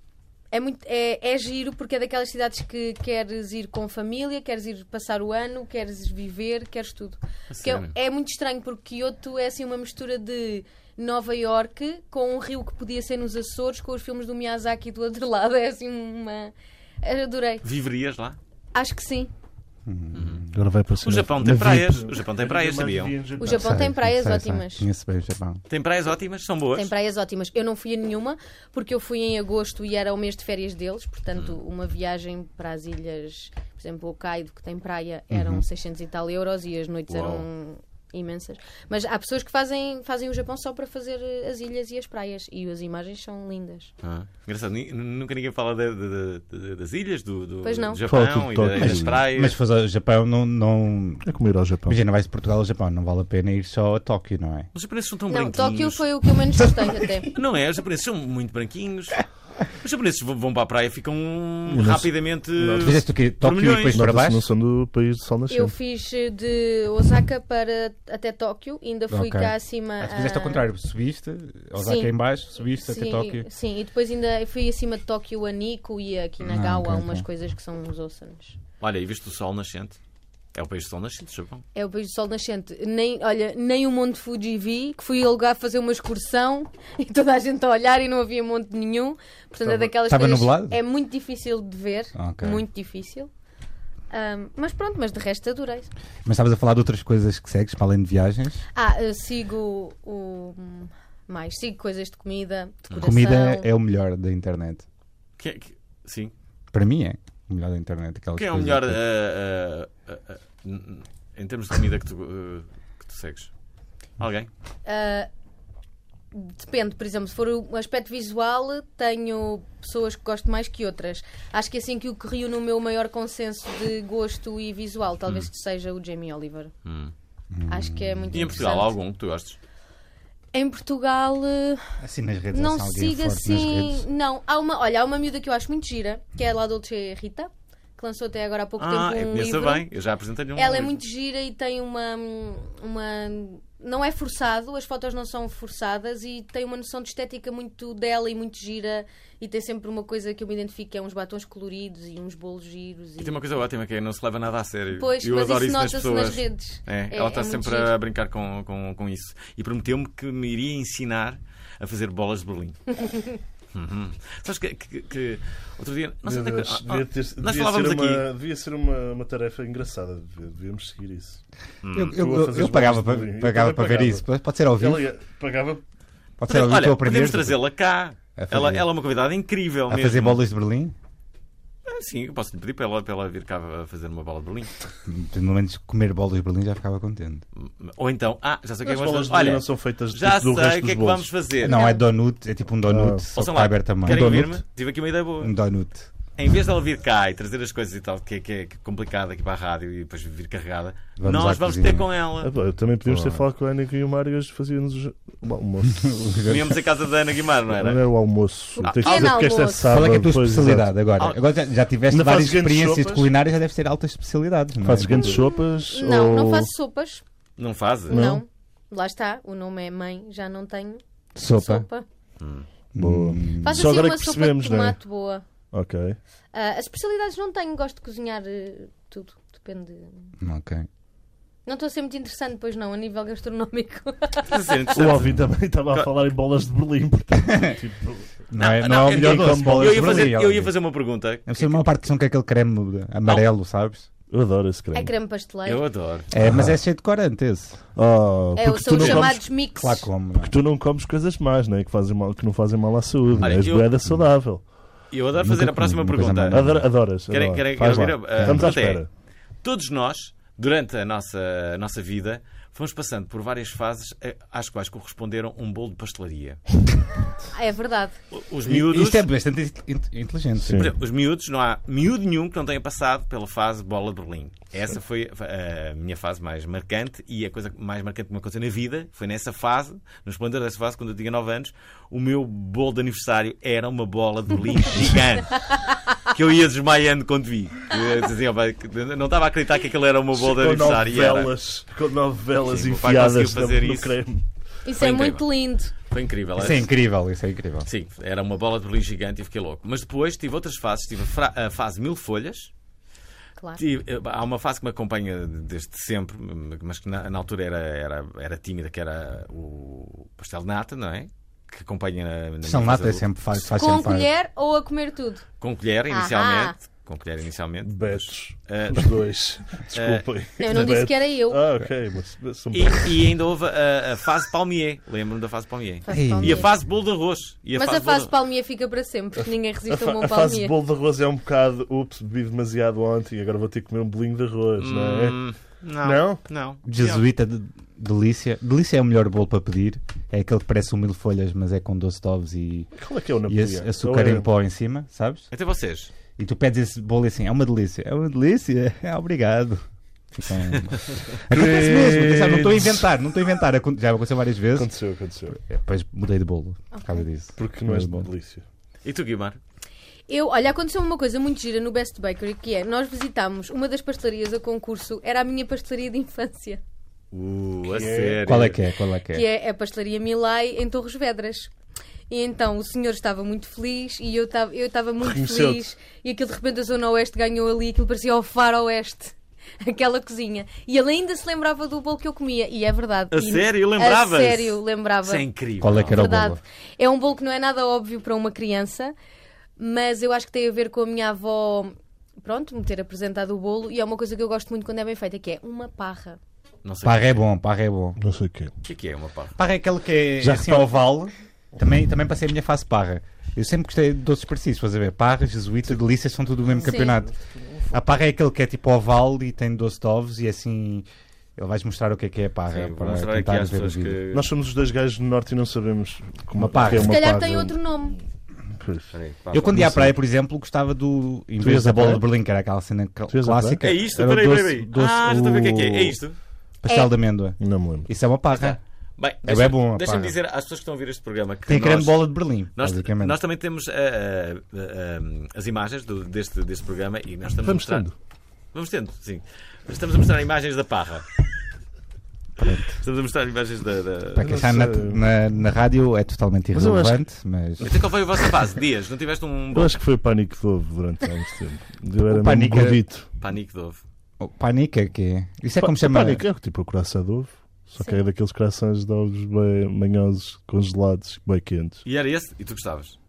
giro porque é daquelas cidades que queres ir com família, queres ir passar o ano, queres viver, queres tudo. Porque sério? é muito estranho porque Kyoto é assim uma mistura de Nova Iorque com um rio que podia ser nos Açores, com os filmes do Miyazaki do outro lado. É assim uma... Adorei. Viverias lá? Acho que sim. Agora vai para O Japão tem na praias. VIP. O Japão tem praias, sabiam? O Japão tem praias Sei. ótimas. Conheço bem o Japão. Tem praias ótimas, são boas. Tem praias ótimas. Eu não fui a nenhuma porque eu fui em agosto e era o mês de férias deles. Portanto, uma viagem para as ilhas, por exemplo, Hokkaido, que tem praia, eram 600 e tal euros e as noites Uau. eram imensas. Mas há pessoas que fazem o Japão só para fazer as ilhas e as praias. E as imagens são lindas. Engraçado, nunca ninguém fala das ilhas, do Pois não. Fala Japão tudo e de das praias. Mas se fores ao Japão, não... É como ir ao Japão. Imagina, vais de Portugal ao Japão, não vale a pena ir só a Tóquio, não é? Os japoneses são tão Não, branquinhos. Tóquio foi o que eu menos gostei até. Não é? Os japoneses são muito branquinhos. Os japoneses vão para a praia e ficam não- rapidamente... Fizeste o quê? Tóquio e milhões. depois para Nota-se que baixo? não são do país de sol nascente. Eu fiz de Osaka até Tóquio. Ainda fui Ok. cá acima. Tu fizeste ao contrário, subiste, Osaka Sim. em baixo, subiste até Sim, Tóquio. sim, e depois ainda fui acima de Tóquio a Nikko e a Kinagawa, ok, umas ok. coisas que são os Osans. Olha, e viste o sol nascente? É o país do sol nascente, o Japão. É o país do sol nascente. Nem o Monte Fuji vi, que fui a lugar fazer uma excursão e toda a gente a olhar e não havia monte nenhum. Portanto, é daquelas Estava coisas... nublado? É muito difícil de ver, Ok. muito difícil. Mas pronto, mas de resto adorei. Mas estavas a falar de outras coisas que segues, para além de viagens? Sigo sigo coisas de comida, decoração. Comida é o melhor da internet. Sim. Para mim é o melhor da internet. Aquelas Quem é o coisas melhor que- em termos de comida que tu segues? Alguém? Depende, por exemplo, se for o aspecto visual, tenho pessoas que gosto mais que outras. Acho que assim que o que reúne o meu maior consenso de gosto e visual, talvez seja o Jamie Oliver. Acho que é muito E em Portugal, interessante. algum que tu gostes? Em Portugal Assim nas redes, não há alguém sigo forte nas assim. redes. Não, há uma miúda que eu acho muito gira, que é a La Dolce Rita, que lançou até agora há pouco tempo Eu um conheço livro. bem, eu já apresentei-lhe um Ela é livro. muito gira e tem uma. Não é forçado, as fotos não são forçadas e tem uma noção de estética muito dela e muito gira. E tem sempre uma coisa que eu me identifico, que é uns batons coloridos e uns bolos giros. E tem uma coisa ótima que é não se leva nada a sério. Pois, eu mas adoro isso isso nas nota-se pessoas. nas redes. Ela está muito sempre giro. a brincar com isso. E prometeu-me que me iria ensinar a fazer bolas de Berlim. Sabes que outro dia. Não sei onde é que- Devia ter- nós devia falávamos ser aqui. Devia ser uma tarefa engraçada. Devíamos seguir isso. Eu pagava para ver isso. Pode ser ao vivo. Ela pagava. Pode ser ao vivo para eu Olha, aprender. podemos trazê-la cá. A fazer- Ela é uma convidada incrível A mesmo. fazer bolas de Berlim. Sim, eu posso lhe pedir para ela vir cá a fazer uma bola de Berlim. Pelo menos comer bolas de Berlim já ficava contente. Ou então, já sei o que é As que vamos bolas fazer. de Berlim Olha, não são feitas já tipo do sei resto o que é dos que vamos bolos. fazer. Não, é donut, é tipo um donut, Ah. só que Ouçam vai lá, aberto também. querem donut? ouvir-me? Tive aqui uma ideia boa. Um donut. Em vez dela vir cá e trazer as coisas e tal, que é complicado aqui para a rádio e depois vir carregada, Vamos nós à vamos cozinha. ter com ela. Também podíamos ter falado com a Ana e o Mário e hoje fazíamos o almoço. Comíamos em casa da Ana Guimar, não Não era? era o almoço. Tem que pequeno dizer porque esta é almoço. sábado. Qual é que é a tua depois, especialidade agora? Ah. Agora já tiveste Ainda várias fazes grandes experiências de sopas? culinária, já deves ter altas especialidades. Não é? Fazes grandes sopas? Não, não ou- faço sopas. Não faz? Não. Lá está, o nome é mãe, já não tenho Sopa. Boa. Faço Só assim agora uma que sopa de percebemos, não é? tomate boa. Ok. As especialidades não tenho, gosto de cozinhar tudo. Depende. Ok. Não estou a ser muito interessante, pois não, a nível gastronómico. Está a ser O interessante. Alvin também estava a falar em bolas de Berlim. Portanto, tipo, Não é o não, melhor eu- doce, bolas Eu de ia fazer, Berlim, eu ia olha. fazer uma pergunta. Deve ser uma parte que são com aquele creme amarelo, sabes? eu adoro esse creme. É creme pasteleiro. Eu adoro. É, mas é cheio de corante esse. Porque São tu os não comes, chamados mix. Lá como. porque tu não comes coisas más, né? que não fazem mal à saúde. Olha, Né? És eu- boeda saudável. Eu adoro fazer Nunca a próxima comi uma coisa pergunta. má. Adoras. Querem- adoro. querem- Faz querem lá. ouvir a Estamos à pergunta é- espera. Todos nós, durante a nossa vida, fomos passando por várias fases às quais corresponderam um bolo de pastelaria. É verdade. Os miúdos, Isto é bastante inteligente. Sim. por exemplo, os miúdos, não há miúdo nenhum que não tenha passado pela fase bola de Berlim. Essa foi a minha fase mais marcante e a coisa mais marcante que me aconteceu na vida foi nessa fase, no esplendor dessa fase, quando eu tinha 9 anos, o meu bolo de aniversário era uma bola de Berlim gigante. Que eu ia desmaiando quando vi. Eu não estava a acreditar que aquilo era uma bola de aniversário. E era. Com 9 velas Sim, o meu pai enfiadas conseguiu fazer no isso. creme. Isso Foi é incrível. muito lindo. Foi incrível. Isso é incrível, isso é incrível. Sim, era uma bola de Berlim gigante e fiquei louco. Mas depois tive outras fases. Tive a fase 1000 folhas. Claro. Há uma fase que me acompanha desde sempre, mas que na altura era tímida, que era o pastel de nata, não é? Que acompanha na minha São nata fase é sempre faz Com sempre faz. colher ou a comer tudo? com colher inicialmente. Com colher inicialmente. Betos. Ah, Os dois. Desculpem. Eu não disse que era eu. Ok, mas são E ainda houve a fase palmier. Lembro-me da fase palmier. Faz Ei. palmier. E a fase bolo de arroz. E Mas a bolo fase de- palmier fica para sempre. Ninguém resiste a um bom A fase de palmier. bolo de arroz é um bocado. Ups, bebi demasiado ontem, agora vou ter que comer um bolinho de arroz, não é? Não. Não? Não. Jesuíta de delícia. Delícia é o melhor bolo para pedir. É aquele que parece 1000 folhas, mas é com doce de ovos e Qual é que é o e napoleão? açúcar Ou é- em pó em cima, sabes? Até vocês. E tu pedes esse bolo e assim, é uma delícia. É uma delícia? É, obrigado. Ficam... Acontece mesmo, atenção, não estou a inventar. Já aconteceu várias vezes. Aconteceu. Depois mudei de bolo por causa disso. Porque não és de Bom. delícia. E tu, Guimar? Olha, aconteceu uma coisa muito gira no Best Bakery, que é, nós visitámos uma das pastelarias a concurso, era a minha pastelaria de infância, A sério. Qual é que é? que é a pastelaria Milai em Torres Vedras. E então o senhor estava muito feliz e eu estava muito Reconheceu-te. feliz e aquilo de repente a Zona Oeste ganhou ali, aquilo parecia o Faroeste, aquela cozinha. E ele ainda se lembrava do bolo que eu comia, e é verdade. A E- sério? Lembrava-se? A sério, lembrava. Isso é incrível. Qual é que era o Verdade. bolo? É um bolo que não é nada óbvio para uma criança, mas eu acho que tem a ver com a minha avó, pronto, me ter apresentado o bolo, e é uma coisa que eu gosto muito quando é bem feita, que é uma parra. Não sei Parra é bom, parra é bom. Não sei o quê. o que é uma parra. Parra é aquele que é Já assim repara- oval. Também passei a minha fase parra. Eu sempre gostei de doces parecidos, estás a ver? Parra, jesuíta, delícias, são tudo do mesmo Sim. campeonato. A parra é aquele que é tipo oval e tem doce de ovos e assim... Ele vais mostrar o que é a parra. Sim, vou para mostrar aqui tentar às ver o pessoas vídeo. que... Nós somos os dois gajos do norte e não sabemos como Uma parra. é Se uma calhar parra. tem outro nome. Pois. Espera aí, Eu quando ia à Não sei. praia, por exemplo, gostava do... Em Tu vez ias da à bola praia? de Berlim, que era aquela cena Tu ias à clássica... É isto? era o Peraí. doce- Já estou a ver o que é. É isto? Pastel de amêndoa. Não me lembro. Isso é uma parra. Bem, É bom, a deixa-me parra. dizer às pessoas que estão a ouvir este programa que Tem creme nós, de bola de Berlim, nós, basicamente. nós também temos as imagens deste programa e nós estamos Vamos a mostrar... tendo. Vamos tendo, sim. Estamos a mostrar imagens da parra. Estamos a mostrar imagens da... Para quem Eu está não sei. na rádio é totalmente Mas eu acho irrelevante, mas... Então qual foi a vossa fase? Dias? Não tiveste um Eu acho que foi o pânico de ovo durante alguns tempo. Eu era mesmo pânico era- gordito. panique de ovo? O panica, que é? Isso é como chama... Pânico é tipo o coração de ovo. Só que Sim. é daqueles corações de ovos bem manhosos, congelados, bem quentes. E era esse? E tu gostavas?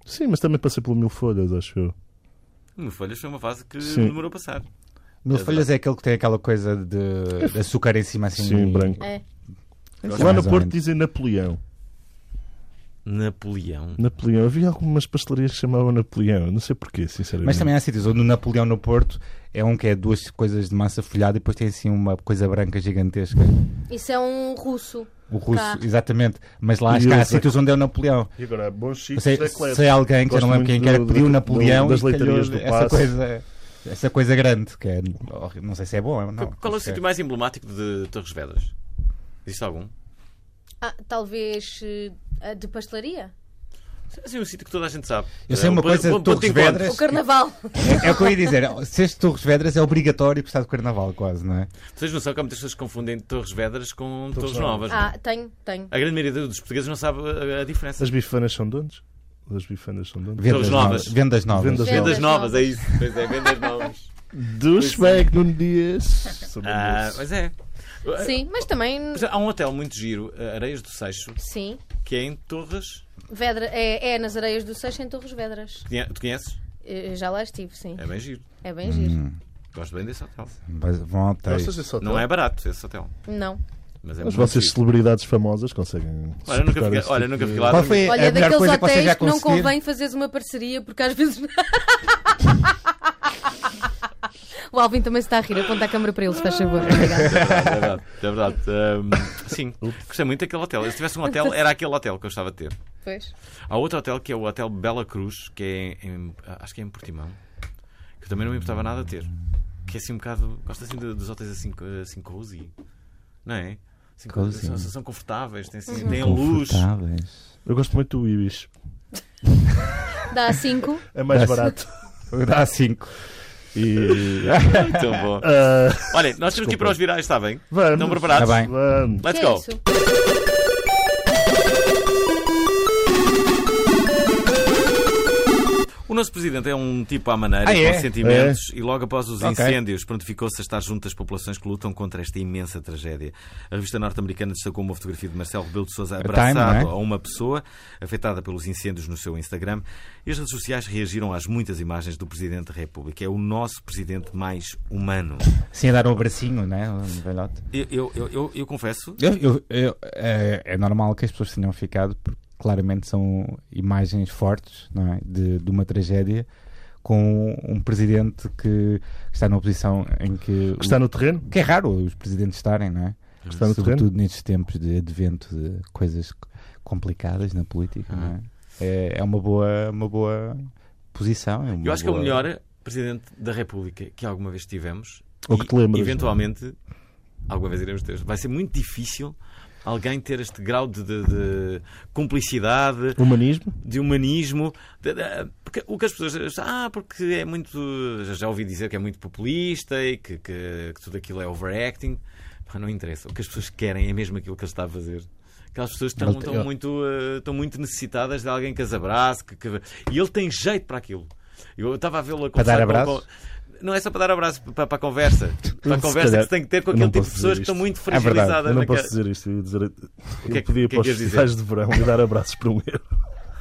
Sim, mas também passei pelo Mil Folhas, acho eu. Mil Folhas foi uma fase que Sim. demorou a passar. Mil folhas é aquele que tem aquela coisa de açúcar em cima assim. Sim, branco. É. Gosto Lá mais no ou Porto menos. dizem Napoleão. Napoleão. Napoleão. Havia algumas pastelarias que chamavam Napoleão. Não sei porquê, sinceramente. Mas também há sítios onde o Napoleão no Porto é um que é duas coisas de massa folhada e depois tem assim uma coisa branca gigantesca. Isso é um russo. O russo, Cá. exatamente. Mas lá acho E que há eles- sítios onde é o Napoleão. E agora, bons Eu chicos sei, da Eclésia. sei alguém que eu não Gosto lembro quem muito que era que pediu o Napoleão das e calhou leitarias do essa Paço. essa coisa grande, que é não sei se é bom ou não. Qual é o Acho que sítio mais emblemático de Torres Vedras? Existe algum? Talvez de pastelaria? Assim, um sítio que toda a gente sabe. Eu sei uma coisa de Torres Vedras. O Carnaval. É o que eu ia dizer. Se este Torres Vedras é obrigatório por estar de Carnaval, quase, não é? Vocês não sabem que há muitas pessoas que confundem Torres Vedras com Torres Torres Novas. Tenho. A grande maioria dos portugueses não sabe a diferença. As bifanas são de onde? As bifanas são de onde? Vendas novas. Vendas novas. Vendas Vendas Vendas novas, novas. é isso. Pois é, vendas novas. Dos Magnum Dias. São bons. Mas é. Sim, mas também. Mas há um hotel muito giro, Areias do Seixo, Sim. que é em Torres. É nas Areias do Seixo, em Torres Vedras. Tu conheces? Já lá estive, sim. É bem giro. É bem giro. Gosto bem desse hotel. Vão ao hotéis. Gostas desse hotel? Não é barato esse hotel. Não. Mas é Mas muito vocês, giro. celebridades famosas, conseguem. Olha, nunca suportar fiquei, esse olha, tipo nunca de- fiquei lá. Qual dormir. foi Olha, a melhor daqueles coisa que vocês hotéis já que não conseguiram? convém fazeres uma parceria, porque às vezes. O Alvin também se está a rir. Aponta a câmara para ele, se faz favor. Obrigada. É verdade. Sim, gostei muito daquele hotel. Se tivesse um hotel, era aquele hotel que eu gostava de ter. Pois. Há outro hotel que é o Hotel Bela Cruz, que é acho que é em Portimão, que eu também não me importava nada de ter. Que é assim um bocado. Gosto assim dos hotéis assim cozy. Não é? Assim, Cozy. são confortáveis, têm luz. Confortáveis. Eu gosto muito do Ibis. Dá 5. É mais Dá barato. Dá 5. E. Muito bom. Olha, nós temos que ir para os virais, está bem? Vamos. Estão preparados? Está bem. Vamos. Let's Que é go. isso? O nosso presidente é um tipo à maneira, Ah, é? com sentimentos, e logo após os Ok. incêndios prontificou-se a estar junto das populações que lutam contra esta imensa tragédia. A revista norte-americana destacou uma fotografia de Marcelo Rebelo de Sousa Time, abraçado não é? a uma pessoa afetada pelos incêndios no seu Instagram, e as redes sociais reagiram às muitas imagens do Presidente da República. É o nosso presidente mais humano. Sim, a dar um abracinho, né? Um velhote. Eu confesso, É normal que as pessoas tenham ficado, porque claramente são imagens fortes, não é? De uma tragédia, com um presidente que está numa posição em que. Está no terreno? Que é raro os presidentes estarem, não é? Está no Sobretudo terreno? nestes tempos de advento de coisas complicadas na política, não é? É uma boa posição. É uma eu acho que é o boa- melhor presidente da República que alguma vez tivemos. Ou que te lembras, eventualmente, alguma vez iremos ter. Vai ser muito difícil alguém ter este grau de cumplicidade, Humanismo? de humanismo. Porque o que as pessoas. Porque é muito. Já ouvi dizer que é muito populista e que tudo aquilo é overacting. Pá, não interessa. O que as pessoas querem é mesmo aquilo que ele está a fazer. Aquelas pessoas estão muito necessitadas de alguém que as abrace. E ele tem jeito para aquilo. Eu estava a vê-lo a Para dar conversar abraços? Não é só para dar abraço, para a conversa. Para a conversa calhar, que se tem que ter com eu não aquele tipo de posso pessoas dizer que estão isto. muito verdade, fragilizadas. Eu não naquela- posso dizer isto. Eu ia dizer, que é eu podia ir que para os queres dizer? festivais de verão e dar abraços por um euro.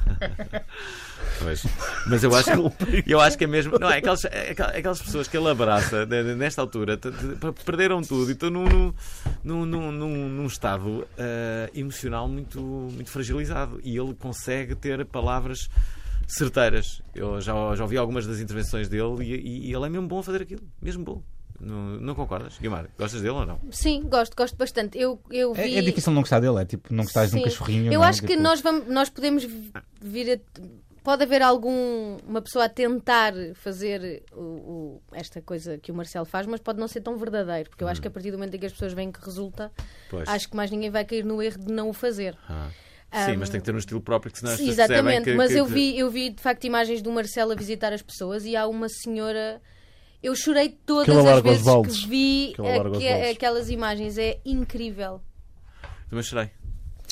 Pois. Mas eu acho que é mesmo. Não, é aquelas pessoas que ele abraça nesta altura perderam tudo e estão num estado emocional muito fragilizado. E ele consegue ter palavras certeiras. Eu já ouvi algumas das intervenções dele e ele é mesmo bom a fazer aquilo. Mesmo bom. Não concordas, Guilmar? Gostas dele ou não? Sim, gosto bastante. Eu vi... É difícil não gostar dele, é tipo não gostares de um Sim. cachorrinho. Eu não é? acho que Tipo, nós podemos vir a... Pode haver uma pessoa a tentar fazer esta coisa que o Marcelo faz, mas pode não ser tão verdadeiro, porque eu acho que a partir do momento em que as pessoas veem que resulta, Pois. acho que mais ninguém vai cair no erro de não o fazer. Sim, mas tem que ter um estilo próprio que senão as Sim, pessoas percebem exatamente, que... mas eu vi de facto imagens do Marcelo a visitar as pessoas e há uma senhora... Eu chorei todas Que ela as larga os vezes baldes. que vi Que ela larga os baldes. aquelas imagens. É incrível. Também chorei.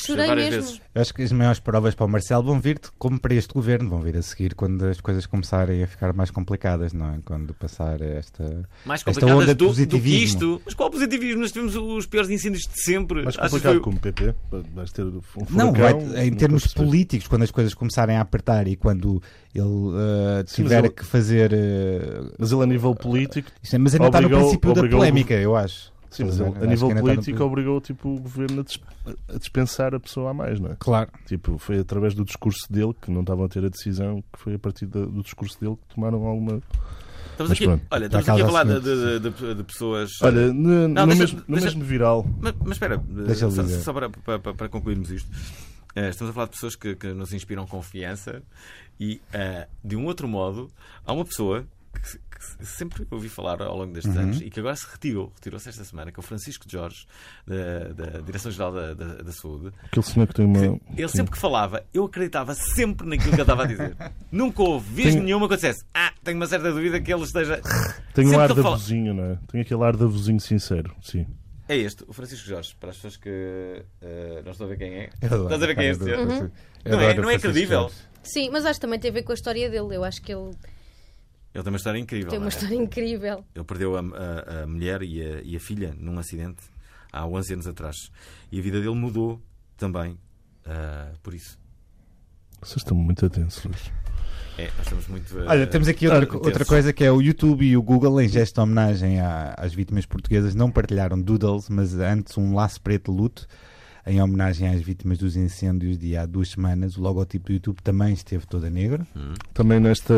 Chorei várias mesmo. vezes. Eu acho que as maiores provas para o Marcelo vão vir, como para este governo, vão vir a seguir quando as coisas começarem a ficar mais complicadas, não é? Quando passar Mais esta complicadas onda de do que positivismo. isto. Mas qual positivismo? Nós tivemos os piores incêndios de sempre. Mais Achas que complicado foi- como o PP. Vais ter um Não, furacão, em nunca termos percebi. políticos, quando as coisas começarem a apertar e quando ele Sim, mas tiver ele- que fazer. Mas ele, a nível político, Mas ainda está no obrigou- princípio da obrigou- polémica, eu acho. sim, mas ele, Acho a que nível ainda está no político, obrigou tipo, o governo a dispensar a pessoa a mais, não é? Claro. Tipo, foi através do discurso dele, que não estavam a ter a decisão, que foi a partir do discurso dele que tomaram alguma. Estamos Mas aqui, pronto. olha, estamos Por aqui a acaso, falar assim, de pessoas. Olha, no deixa- mesmo viral. Mas espera, Deixa-lhe dizer. só para concluirmos isto. Estamos a falar de pessoas que nos inspiram confiança e, de um outro modo, há uma pessoa que sempre ouvi falar ao longo destes anos e que agora se retirou-se esta semana, que é o Francisco Jorge, da Direção-Geral da Saúde. Aquele senhor que tem uma. Ele sempre que falava, eu acreditava sempre naquilo que ele estava a dizer. Nunca houve vez nenhuma que eu dissesse tenho uma certa dúvida que ele esteja... Tem um Sempre ar que de ele fala- avozinho, não é? Tem aquele ar de avozinho sincero, sim. É este, o Francisco Jorge, para as pessoas que não estão a ver quem é. Eu adoro Estás a ver quem é a este cara senhor? do- eu Não é- adoro o não é Francisco credível. Jorge. Sim, mas acho que também tem a ver com a história dele. Eu acho que ele Ele tem uma história incrível. tem uma não é? história incrível. Ele perdeu a mulher e a filha num acidente há 11 anos atrás. E a vida dele mudou também por isso. Vocês estão muito atentos. Nós estamos muito... Olha, temos aqui outra coisa que é o YouTube e o Google, em gesto de homenagem às vítimas portuguesas, não partilharam doodles, mas antes um laço preto de luto, em homenagem às vítimas dos incêndios de há 2 semanas. O logotipo do YouTube também esteve todo a negro. Também nesta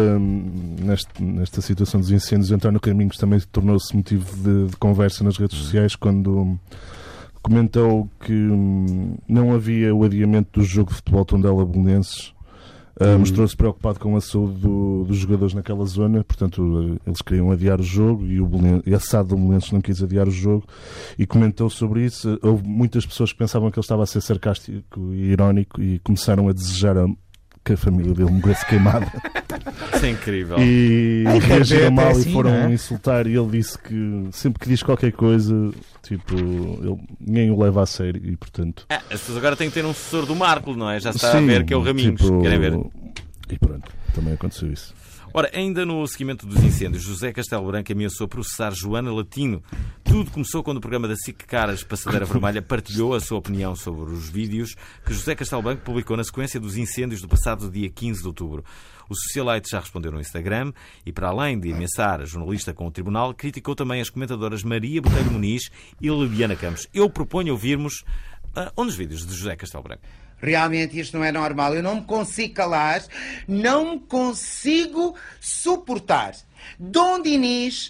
situação dos incêndios, António Raminhos também tornou-se motivo de conversa nas redes sociais quando comentou que não havia o adiamento do jogo de futebol Tondela-Belenenses. Mostrou-se preocupado com a saúde dos jogadores naquela zona, portanto eles queriam adiar o jogo e a SAD do Belenenses não quis adiar o jogo e comentou sobre isso. Houve muitas pessoas que pensavam que ele estava a ser sarcástico e irónico e começaram a desejar que a família dele morresse queimada. Isso é incrível. E Ai, reagiram é mal assim, e foram não é? insultar, e ele disse que sempre que diz qualquer coisa, tipo, ninguém o leva a sério e portanto. As pessoas agora têm que ter um sucessor do Marco, não é? Já se está Sim, a ver que é o Raminhos. tipo, Querem ver? E pronto, também aconteceu isso. Ora, ainda no seguimento dos incêndios, José Castelo Branco ameaçou processar Joana Latino. Tudo começou quando o programa da SIC Caras Passadeira Vermelha partilhou a sua opinião sobre os vídeos que José Castelo Branco publicou na sequência dos incêndios do passado dia 15 de outubro. O socialite já respondeu no Instagram e, para além de ameaçar a jornalista com o tribunal, criticou também as comentadoras Maria Botelho Muniz e Liliana Campos. Eu proponho ouvirmos um dos vídeos de José Castelo Branco. Realmente isto não é normal. Eu não me consigo calar, não me consigo suportar. Dom Dinis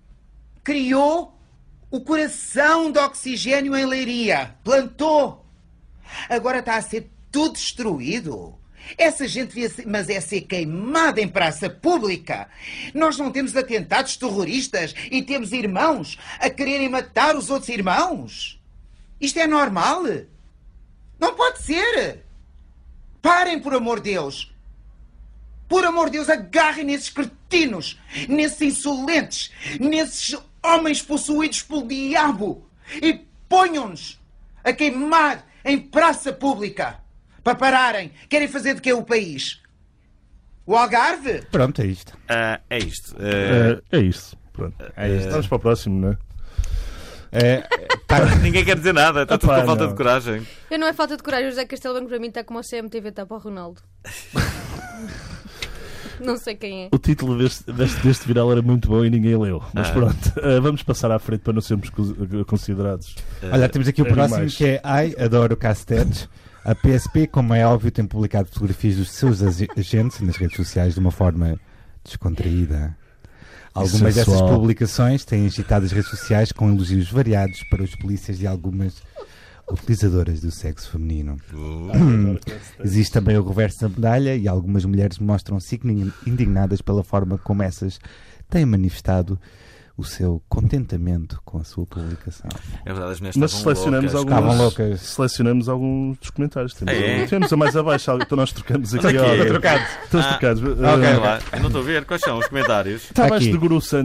criou o coração de oxigênio em Leiria. Plantou. Agora está a ser tudo destruído. Essa gente devia ser, mas é ser queimada em praça pública. Nós não temos atentados terroristas e temos irmãos a quererem matar os outros irmãos. Isto é normal? Não pode ser! Parem, por amor de Deus! Por amor de Deus, agarrem nesses cretinos, nesses insolentes, nesses homens possuídos pelo diabo e ponham-nos a queimar em praça pública para pararem. Querem fazer de que o país? O Algarve? Pronto, é isto. É isto. É isso. Pronto. Vamos para o próximo, não é? Ninguém quer dizer nada, está tudo Epá, com falta não. de coragem. Eu não é falta de coragem, o José Castelo Branco para mim está como o CMTV está para o Ronaldo. Não sei quem é. O título deste viral era muito bom e ninguém leu. Mas pronto, vamos passar à frente para não sermos considerados. Olha, temos aqui o animais. próximo que é Ai, adoro Castetes. A PSP, como é óbvio, tem publicado fotografias dos seus agentes nas redes sociais de uma forma descontraída. Algumas dessas sensual. publicações têm agitado as redes sociais com elogios variados para os polícias e algumas utilizadoras do sexo feminino. Existe também o reverso da medalha e algumas mulheres mostram-se indignadas pela forma como essas têm manifestado o seu contentamento com a sua publicação. É verdade, as mulheres Nós estavam selecionamos loucas. Estavam loucas. Selecionamos alguns dos comentários. É? Temos a mais abaixo, então nós trocamos aqui. Onde é que é? Estamos trocados. Olha lá, eu não estou a ver. Quais são os comentários? Está abaixo Aqui. de Guru Santos.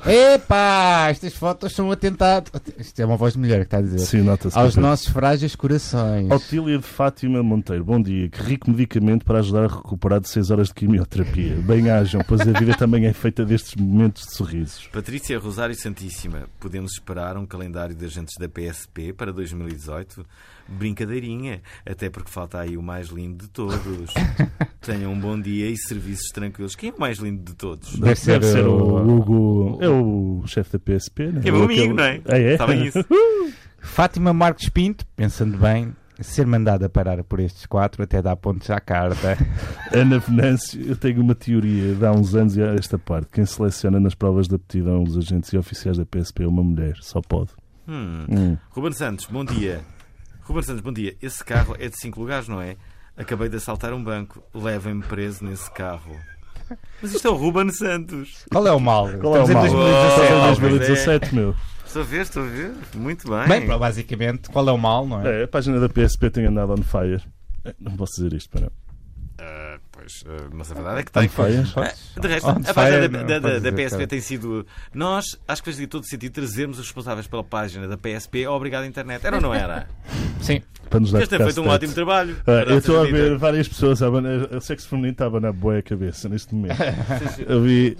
Epá, estas fotos são um atentado. Isto é uma voz de mulher que está a dizer. Sim, nota-se. Aos nossos frágeis corações. Otília de Fátima Monteiro, bom dia. Que rico medicamento para ajudar a recuperar de 6 horas de quimioterapia. Bem-ajam, pois a vida também é feita destes momentos de sorrisos. Patrícia Rosário Santíssima, podemos esperar um calendário de agentes da PSP para 2018? Brincadeirinha, até porque falta aí o mais lindo de todos. Tenham um bom dia e serviços tranquilos. Quem é o mais lindo de todos? Deve ser o Hugo. É o chefe da PSP, não é? É meu amigo, não é? Ah, é? Sabem isso? Fátima Marques Pinto, pensando bem, ser mandada parar por estes 4 até dar pontos à carta. Ana Venâncio, eu tenho uma teoria de há uns anos e a esta parte. Quem seleciona nas provas de aptidão os agentes e oficiais da PSP é uma mulher, só pode. Ruben Santos, bom dia. Ruben Santos, bom dia. Esse carro é de 5 lugares, não é? Acabei de assaltar um banco. Levem-me preso nesse carro. Mas isto é o Ruben Santos. Qual é o mal? Qual é o Estamos em mal? 2017. 2017, meu. Estou a ver. Muito bem. Bem, basicamente, qual é o mal, não é? A página da PSP tem andado on fire. Não posso dizer isto, para não. Mas a verdade é que tem. On fire? De resto, On a página fire, da não, PSP cara. tem sido... Nós, acho que fazia todo sentido trazermos os responsáveis pela página da PSP ao Obrigado Internet. Era ou não era? Sim. Para nos dar Este tem feito um ótimo trabalho. Eu estou a ver várias pessoas a abanar. O sexo feminino está a abanar boa a cabeça neste momento. Eu vi.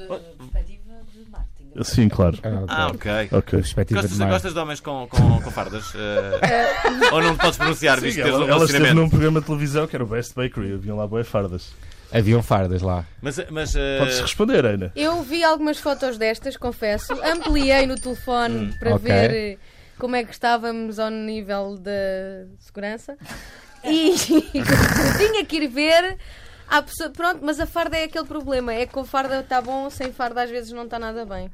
Sim, claro. Ok. Ok. Perspectiva de mar. Gostas de homens com fardas? Ou não te podes pronunciar, visto Sim, que tens um ela esteve relacionamento? num programa de televisão que era o Best Bakery. Haviam lá boas fardas. Haviam fardas lá. Mas Podes responder, Ana. Eu vi algumas fotos destas, confesso. Ampliei no telefone para Ok. ver como é que estávamos ao nível da segurança. E tinha que ir ver. Há pessoa, pronto, mas a farda é aquele problema. É que com farda está bom, sem farda às vezes não está nada bem.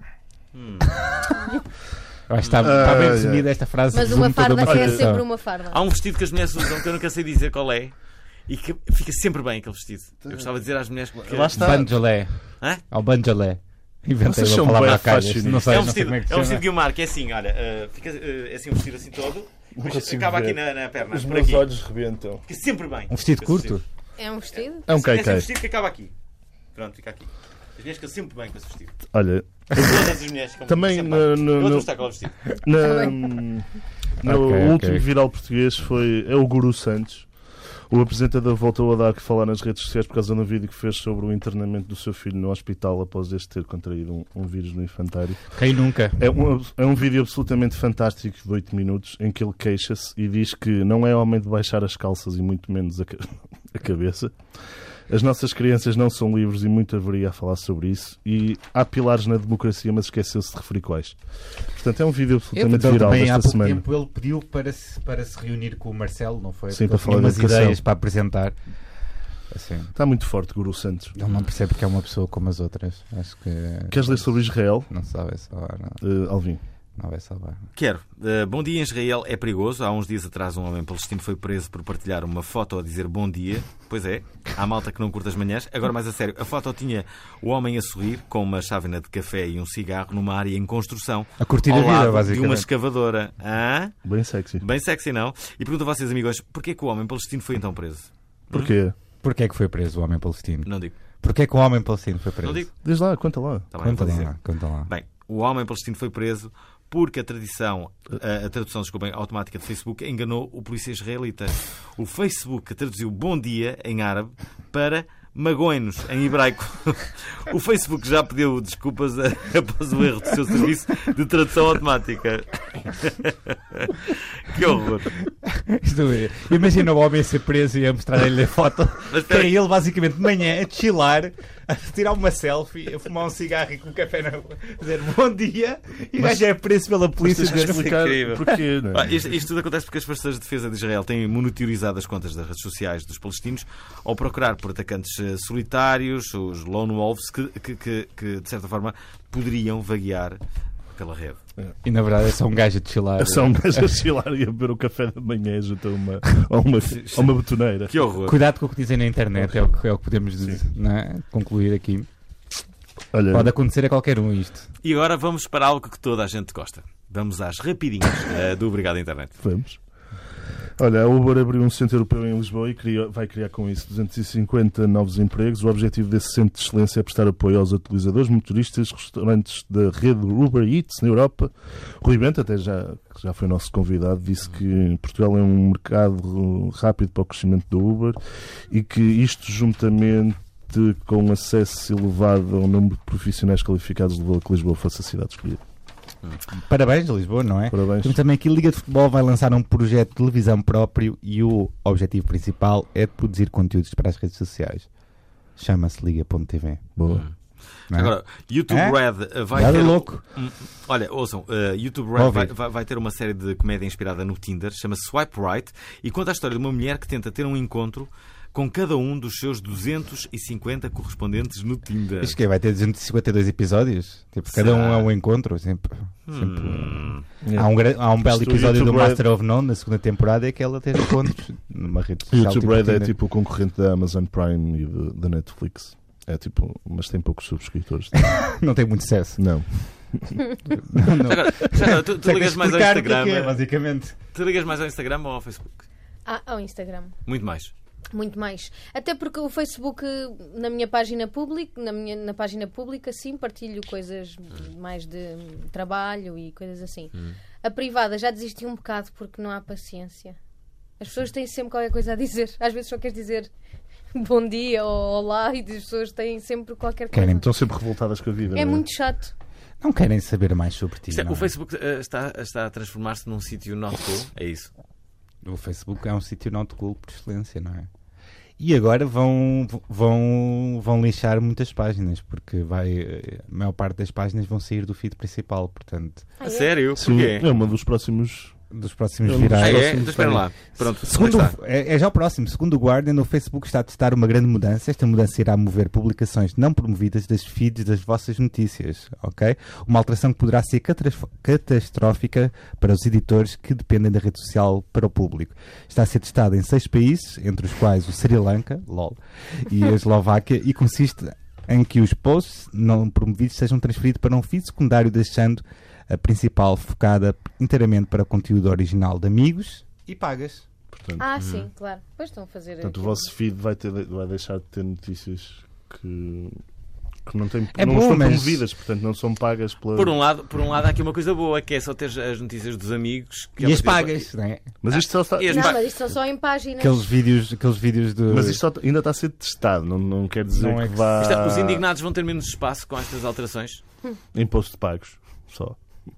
Eu acho que está bem resumida esta frase. Mas uma resume toda farda é situação. sempre uma farda. há um vestido que as mulheres usam que eu nunca sei dizer qual é e que fica sempre bem aquele vestido. Eu gostava de dizer às mulheres que... Lá está. Banjolé. Hã? Ao Banjolé. Inventei Vocês uma são palavra bué à calha. fashionistas. Não sei, É um não sei vestido, como é que se é um vestido chama. Guilmar, que é assim, olha, fica é assim um vestido assim todo, depois consigo acaba ver. aqui na perna, Os por meus aqui. olhos rebentam. Fica sempre bem. Um vestido Esse curto? É um vestido? É um É assim um cai-cai. vestido que acaba aqui. Pronto, fica aqui. As mulheres ficam sempre bem com esse vestido. Olha, Todas as mulheres ficam Também sempre no- bem. no- Eu vou no- mostrar qual é o vestido. no Ok, último ok. viral português é o Guru Santos. O apresentador voltou a dar que falar nas redes sociais por causa de um vídeo que fez sobre o internamento do seu filho no hospital após este ter contraído um vírus no infantário. Quem nunca? É um vídeo absolutamente fantástico de 8 minutos em que ele queixa-se e diz que não é homem de baixar as calças e muito menos a cabeça. As nossas crianças não são livres e muito haveria a falar sobre isso. E há pilares na democracia, mas esqueceu-se de referir quais. Portanto, é um vídeo absolutamente Então, viral também há desta pouco semana. tempo ele pediu para se reunir com o Marcelo, não foi? Sim, Porque para ele falar tinha de umas educação. ideias para apresentar. Assim, Está muito forte, Guru Santos. ele não percebe que é uma pessoa como as outras. Acho que Queres ler sobre Israel, não sabe salvar. Não, Alvin? não vai salvar. Quero. Bom dia, em Israel é perigoso. Há uns dias atrás um homem palestino foi preso por partilhar uma foto a dizer bom dia. Pois é, há malta que não curta as manhãs. Agora, mais a sério, a foto tinha o homem a sorrir com uma chávena de café e um cigarro numa área em construção. A curtir ao a vida, lado de basicamente. uma escavadora. Hã? Bem sexy. Bem sexy, não? E pergunto a vocês, amigos, porquê que o homem palestino foi então preso? Porquê? Porquê é que foi preso o homem palestino? Não digo. Porquê é que o homem palestino foi preso? Não digo. Diz lá, conta lá. Tá bem, Conta vou dizer. lá, conta lá. Bem, o homem palestino foi preso porque a tradução, desculpem, automática de Facebook enganou o polícia israelita. O Facebook traduziu bom dia em árabe para magões em hebraico. O Facebook já pediu desculpas após o erro do seu serviço de tradução automática. Que horror. Imagina o homem a ser preso e a mostrar-lhe a foto. Mas Que era espera, ele basicamente de manhã a chilar, a tirar uma selfie, a fumar um cigarro e com um café na rua, a dizer bom dia, e o gajo é preso pela polícia. Tens que dizer, explicar incrível. porquê, não é? isto tudo acontece porque as forças de defesa de Israel têm monitorizado as contas das redes sociais dos palestinos ao procurar por atacantes solitários, os lone wolves, que de certa forma poderiam vaguear pela rede. E na verdade é só um gajo a chilar. É só um gajo a chilar e a beber o café da manhã junto a uma betoneira. Que horror. Cuidado com o que dizem na internet, é o que podemos não é? Concluir aqui. Olha, Pode acontecer a qualquer um isto. E agora vamos para algo que toda a gente gosta. Vamos às rapidinhas do Obrigado Internet. vamos. Olha, a Uber abriu um centro europeu em Lisboa e vai criar com isso 250 novos empregos. O objetivo desse centro de excelência é prestar apoio aos utilizadores, motoristas, restaurantes da rede Uber Eats na Europa. O Rui Bento, até já foi nosso convidado, disse que Portugal é um mercado rápido para o crescimento do Uber e que isto, juntamente com acesso elevado ao número de profissionais qualificados, levou a que Lisboa fosse a cidade escolhida. Parabéns, Lisboa, não é? Parabéns. Temos também aqui a Liga de Futebol vai lançar um projeto de televisão próprio e o objetivo principal é de produzir conteúdos para as redes sociais. Chama-se Liga.tv. Boa. Não é? Agora, YouTube Red vai Nada ter... louco. Olha, ouçam, YouTube Red vai ter uma série de comédia inspirada no Tinder, chama-se Swipe Right, e conta a história de uma mulher que tenta ter um encontro com cada um dos seus 250 correspondentes no Tinder. Isto que vai ter 252 episódios? Tipo, cada um é um encontro. Sempre. Há um belo episódio do Master of None na segunda temporada é que ela tem encontros numa rede social. YouTube tipo Red é Tinder. tipo o concorrente da Amazon Prime e da Netflix. É tipo, mas tem poucos subscritores. Não tem muito sucesso. Não. Não. Agora, tu ligas mais ao Instagram? Basicamente. Tu ligas mais ao Instagram ou ao Facebook? Ao Instagram. Muito mais. Muito mais. Até porque o Facebook, na minha página pública, na página pública, sim, partilho coisas mais de trabalho e coisas assim. A privada já desisti um bocado porque não há paciência. As pessoas têm sempre qualquer coisa a dizer. Às vezes só queres dizer bom dia ou olá e as pessoas têm sempre qualquer coisa. Estão sempre revoltadas com a vida. É não muito chato. Não querem saber mais sobre ti. O Não é? Facebook está a transformar-se num sítio not cool, é isso? O Facebook é um sítio not cool por excelência, não é? E agora vão lixar muitas páginas, porque a maior parte das páginas vão sair do feed principal, portanto, A sério? Sim, Porquê? é uma dos próximos. dos próximos virais. Então espera lá. Pronto, Segundo, está. é já o próximo. Segundo o Guardian, o Facebook está a testar uma grande mudança. Esta mudança irá mover publicações não promovidas das feeds das vossas notícias, ok? Uma alteração que poderá ser catastrófica para os editores que dependem da rede social para o público. Está a ser testado em 6 países, entre os quais o Sri Lanka, LOL, e a Eslováquia, e consiste em que os posts não promovidos sejam transferidos para um feed secundário, deixando a principal focada inteiramente para o conteúdo original de amigos e pagas. Portanto, Sim, claro. Depois estão a fazer. portanto o aquilo. vosso feed vai deixar de ter notícias que não, É não bom, estão mas- promovidas, portanto não são pagas pela. Por um lado, há aqui uma coisa boa, que é só ter as notícias dos amigos. Que E é as por exemplo, pagas, não é? Mas isto só está. E as Não, pa- mas isto são só em páginas. Aqueles vídeos de... Mas isto ainda está a ser testado, não quer dizer Não é que que- vá. Os indignados vão ter menos espaço com estas alterações? Imposto de pagos. Só.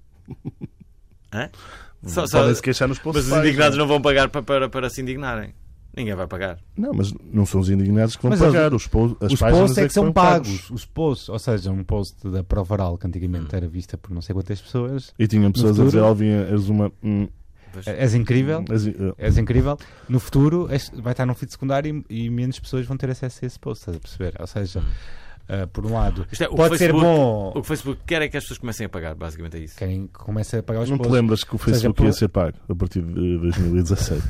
Hã? Podem se queixar nos postos Mas os pagos. indignados não vão pagar para se indignarem. Ninguém vai pagar. Não, mas não são os indignados que vão Mas pagar. os As Os páginas posts é que são põem pagos. Os posts, ou seja, um post da prova oral que antigamente era vista por não sei quantas pessoas. E tinham pessoas a futuro- dizer, Alvin, és uma. És incrível. és- És incrível. No futuro vai estar num feed secundário e menos pessoas vão ter acesso a esse post, estás a perceber? Ou seja, por um lado, Isto é, o pode ser Facebook- bom. O que o Facebook quer é que as pessoas comecem a pagar, basicamente é isso. Quem começa a pagar os Não te posts lembras que o seja, Facebook por- ia ser pago a partir de 2017?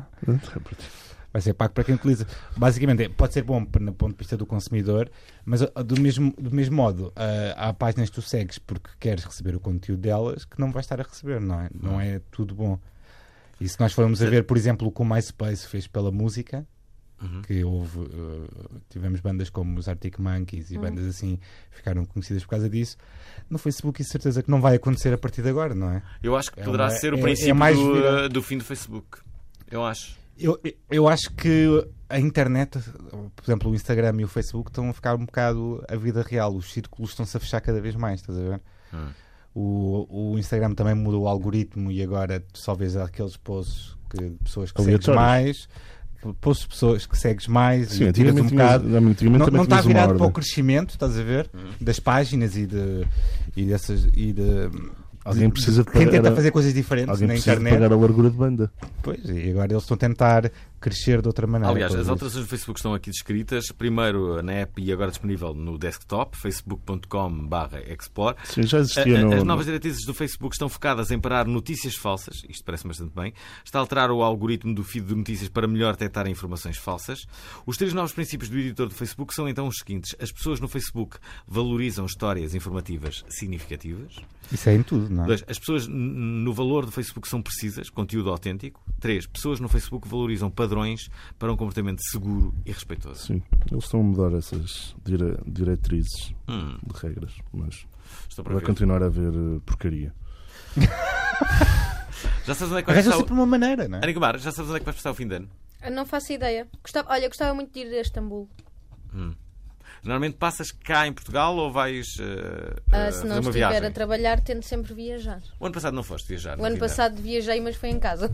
vai ser pago para quem utiliza. Basicamente, pode ser bom no ponto de vista do consumidor, mas do mesmo modo, há páginas que tu segues porque queres receber o conteúdo delas que não vais estar a receber, não é? Não é tudo bom. E se nós formos a ver, por exemplo, o que o MySpace fez pela música, que houve, tivemos bandas como os Arctic Monkeys e bandas assim ficaram conhecidas por causa disso. No Facebook, isso certeza que não vai acontecer a partir de agora, não é? Eu acho que poderá ser o é princípio mais vida. do fim do Facebook. Eu acho. Eu acho que a internet, por exemplo, o Instagram e o Facebook estão a ficar um bocado a vida real. Os círculos estão-se a fechar cada vez mais, estás a ver? O Instagram também mudou o algoritmo e agora tu só vês aqueles posts de pessoas que segues Aleatórios. mais, posts de pessoas que segues mais, Sim, e tiras um bocado. antigamente Não também está tinhas uma virado para o ordem. crescimento, estás a ver? Das páginas e de Alguém precisa de quem pagar tenta a- fazer coisas diferentes Alguém na precisa de internet. pagar a largura de banda. Pois, e agora eles estão a tentar crescer de outra maneira. Aliás, pelos as vistos. alterações do Facebook estão aqui descritas. Primeiro na app e agora disponível no desktop, facebook.com/explore. Sim, já existia no... As novas diretrizes do Facebook estão focadas em parar notícias falsas. Isto parece bastante bem. Está a alterar o algoritmo do feed de notícias para melhor detectar informações falsas. Os 3 novos princípios do editor do Facebook são então os seguintes. As pessoas no Facebook valorizam histórias informativas significativas. Isso é em tudo, não é? 2. As pessoas no valor do Facebook são precisas, conteúdo autêntico. 3. Pessoas no Facebook valorizam padrões para um comportamento seguro e respeitoso. Sim, eles estão a mudar essas diretrizes de regras, mas Estou para vai ver. continuar a haver porcaria. Já sabes onde é que vais Arranja passar sempre uma maneira, não é? Ana Guimarães, já sabes onde é que vais passar o fim de ano? Eu não faço ideia. Gostava muito de ir a Istambul. Normalmente passas cá em Portugal ou vais Se fazer não uma estiver viagem? a trabalhar, tento sempre viajar. O ano passado não foste viajar? O no ano fim de ano? passado viajei, mas foi em casa.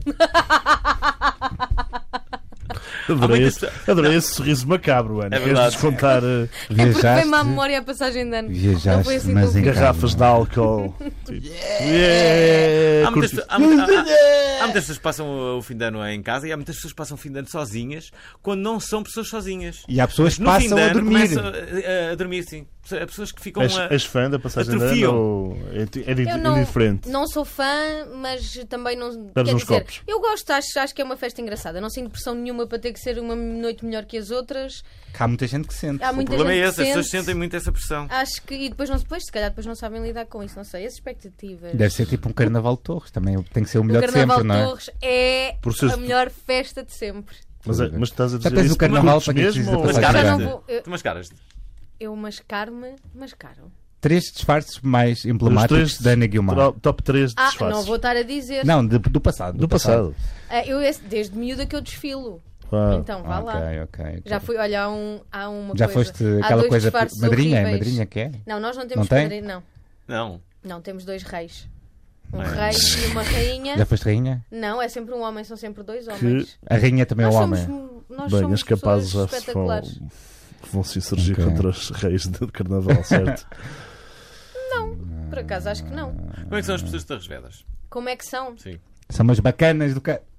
Adorei esse sorriso macabro, Ana. É Queres verdade. descontar É porque Viajaste, vem-me à memória a passagem de ano. Não foi viajaste, assim mas tão em garrafas de casa. álcool? Tipo, Há muitas, curti. há muitas pessoas que passam o fim de ano em casa e há muitas pessoas que passam o fim de ano sozinhas quando não são pessoas sozinhas. E há pessoas que No fim passam de a ano dormir. começam a dormir, sim. Há pessoas que ficam És fã da passagem de ano atrofiam. ou é Eu não, indiferente? não sou fã, mas também não. Bebes Quer uns dizer, copos. eu gosto, acho que é uma festa engraçada. Não sinto pressão nenhuma para ter que ser uma noite melhor que as outras. Que há muita gente que sente. Há O muita problema gente é esse, que as pessoas sente. sentem muito essa pressão. Acho que. E depois, se calhar, depois não sabem lidar com isso. Não sei. As expectativas. Deve ser tipo um Carnaval de Torres. Também tem que ser o O melhor de Carnaval sempre, de não é? Torres é Por seres- a melhor festa de sempre. Mas estás a Já dizer tens isso o carnaval curtes para quem mesmo? precisa ou- Mas passar cara, Já grande. não vou. Tu mascaras-te. Eu mascaro-me, mascaro. 3 disfarces mais emblemáticos Os da Ana Guiomar. Top 3 de Ah, disfarces. não vou estar a dizer. Não, do passado. Do passado. Desde miúda que eu desfilo. Ah, Então, vá lá. Ok. Já fui, olha, há uma Já coisa. foste Há aquela dois coisa. disfarces Madrinha? É horríveis. madrinha que é? Não, nós não temos Não tem? madrinha. Não. Não. Não, temos 2 reis. Um É. rei e uma rainha. Já foste rainha? Não, é sempre um homem, são sempre 2 homens. A rainha também é Nós o somos, homem. nós Bem, somos as capazes pessoas já se espetaculares. vão se insurgir Ok. contra os reis de carnaval, certo? Por acaso acho que não. Como é que são as pessoas de Torres Vedras? Como é que são? Sim. São umas bacanas do ca...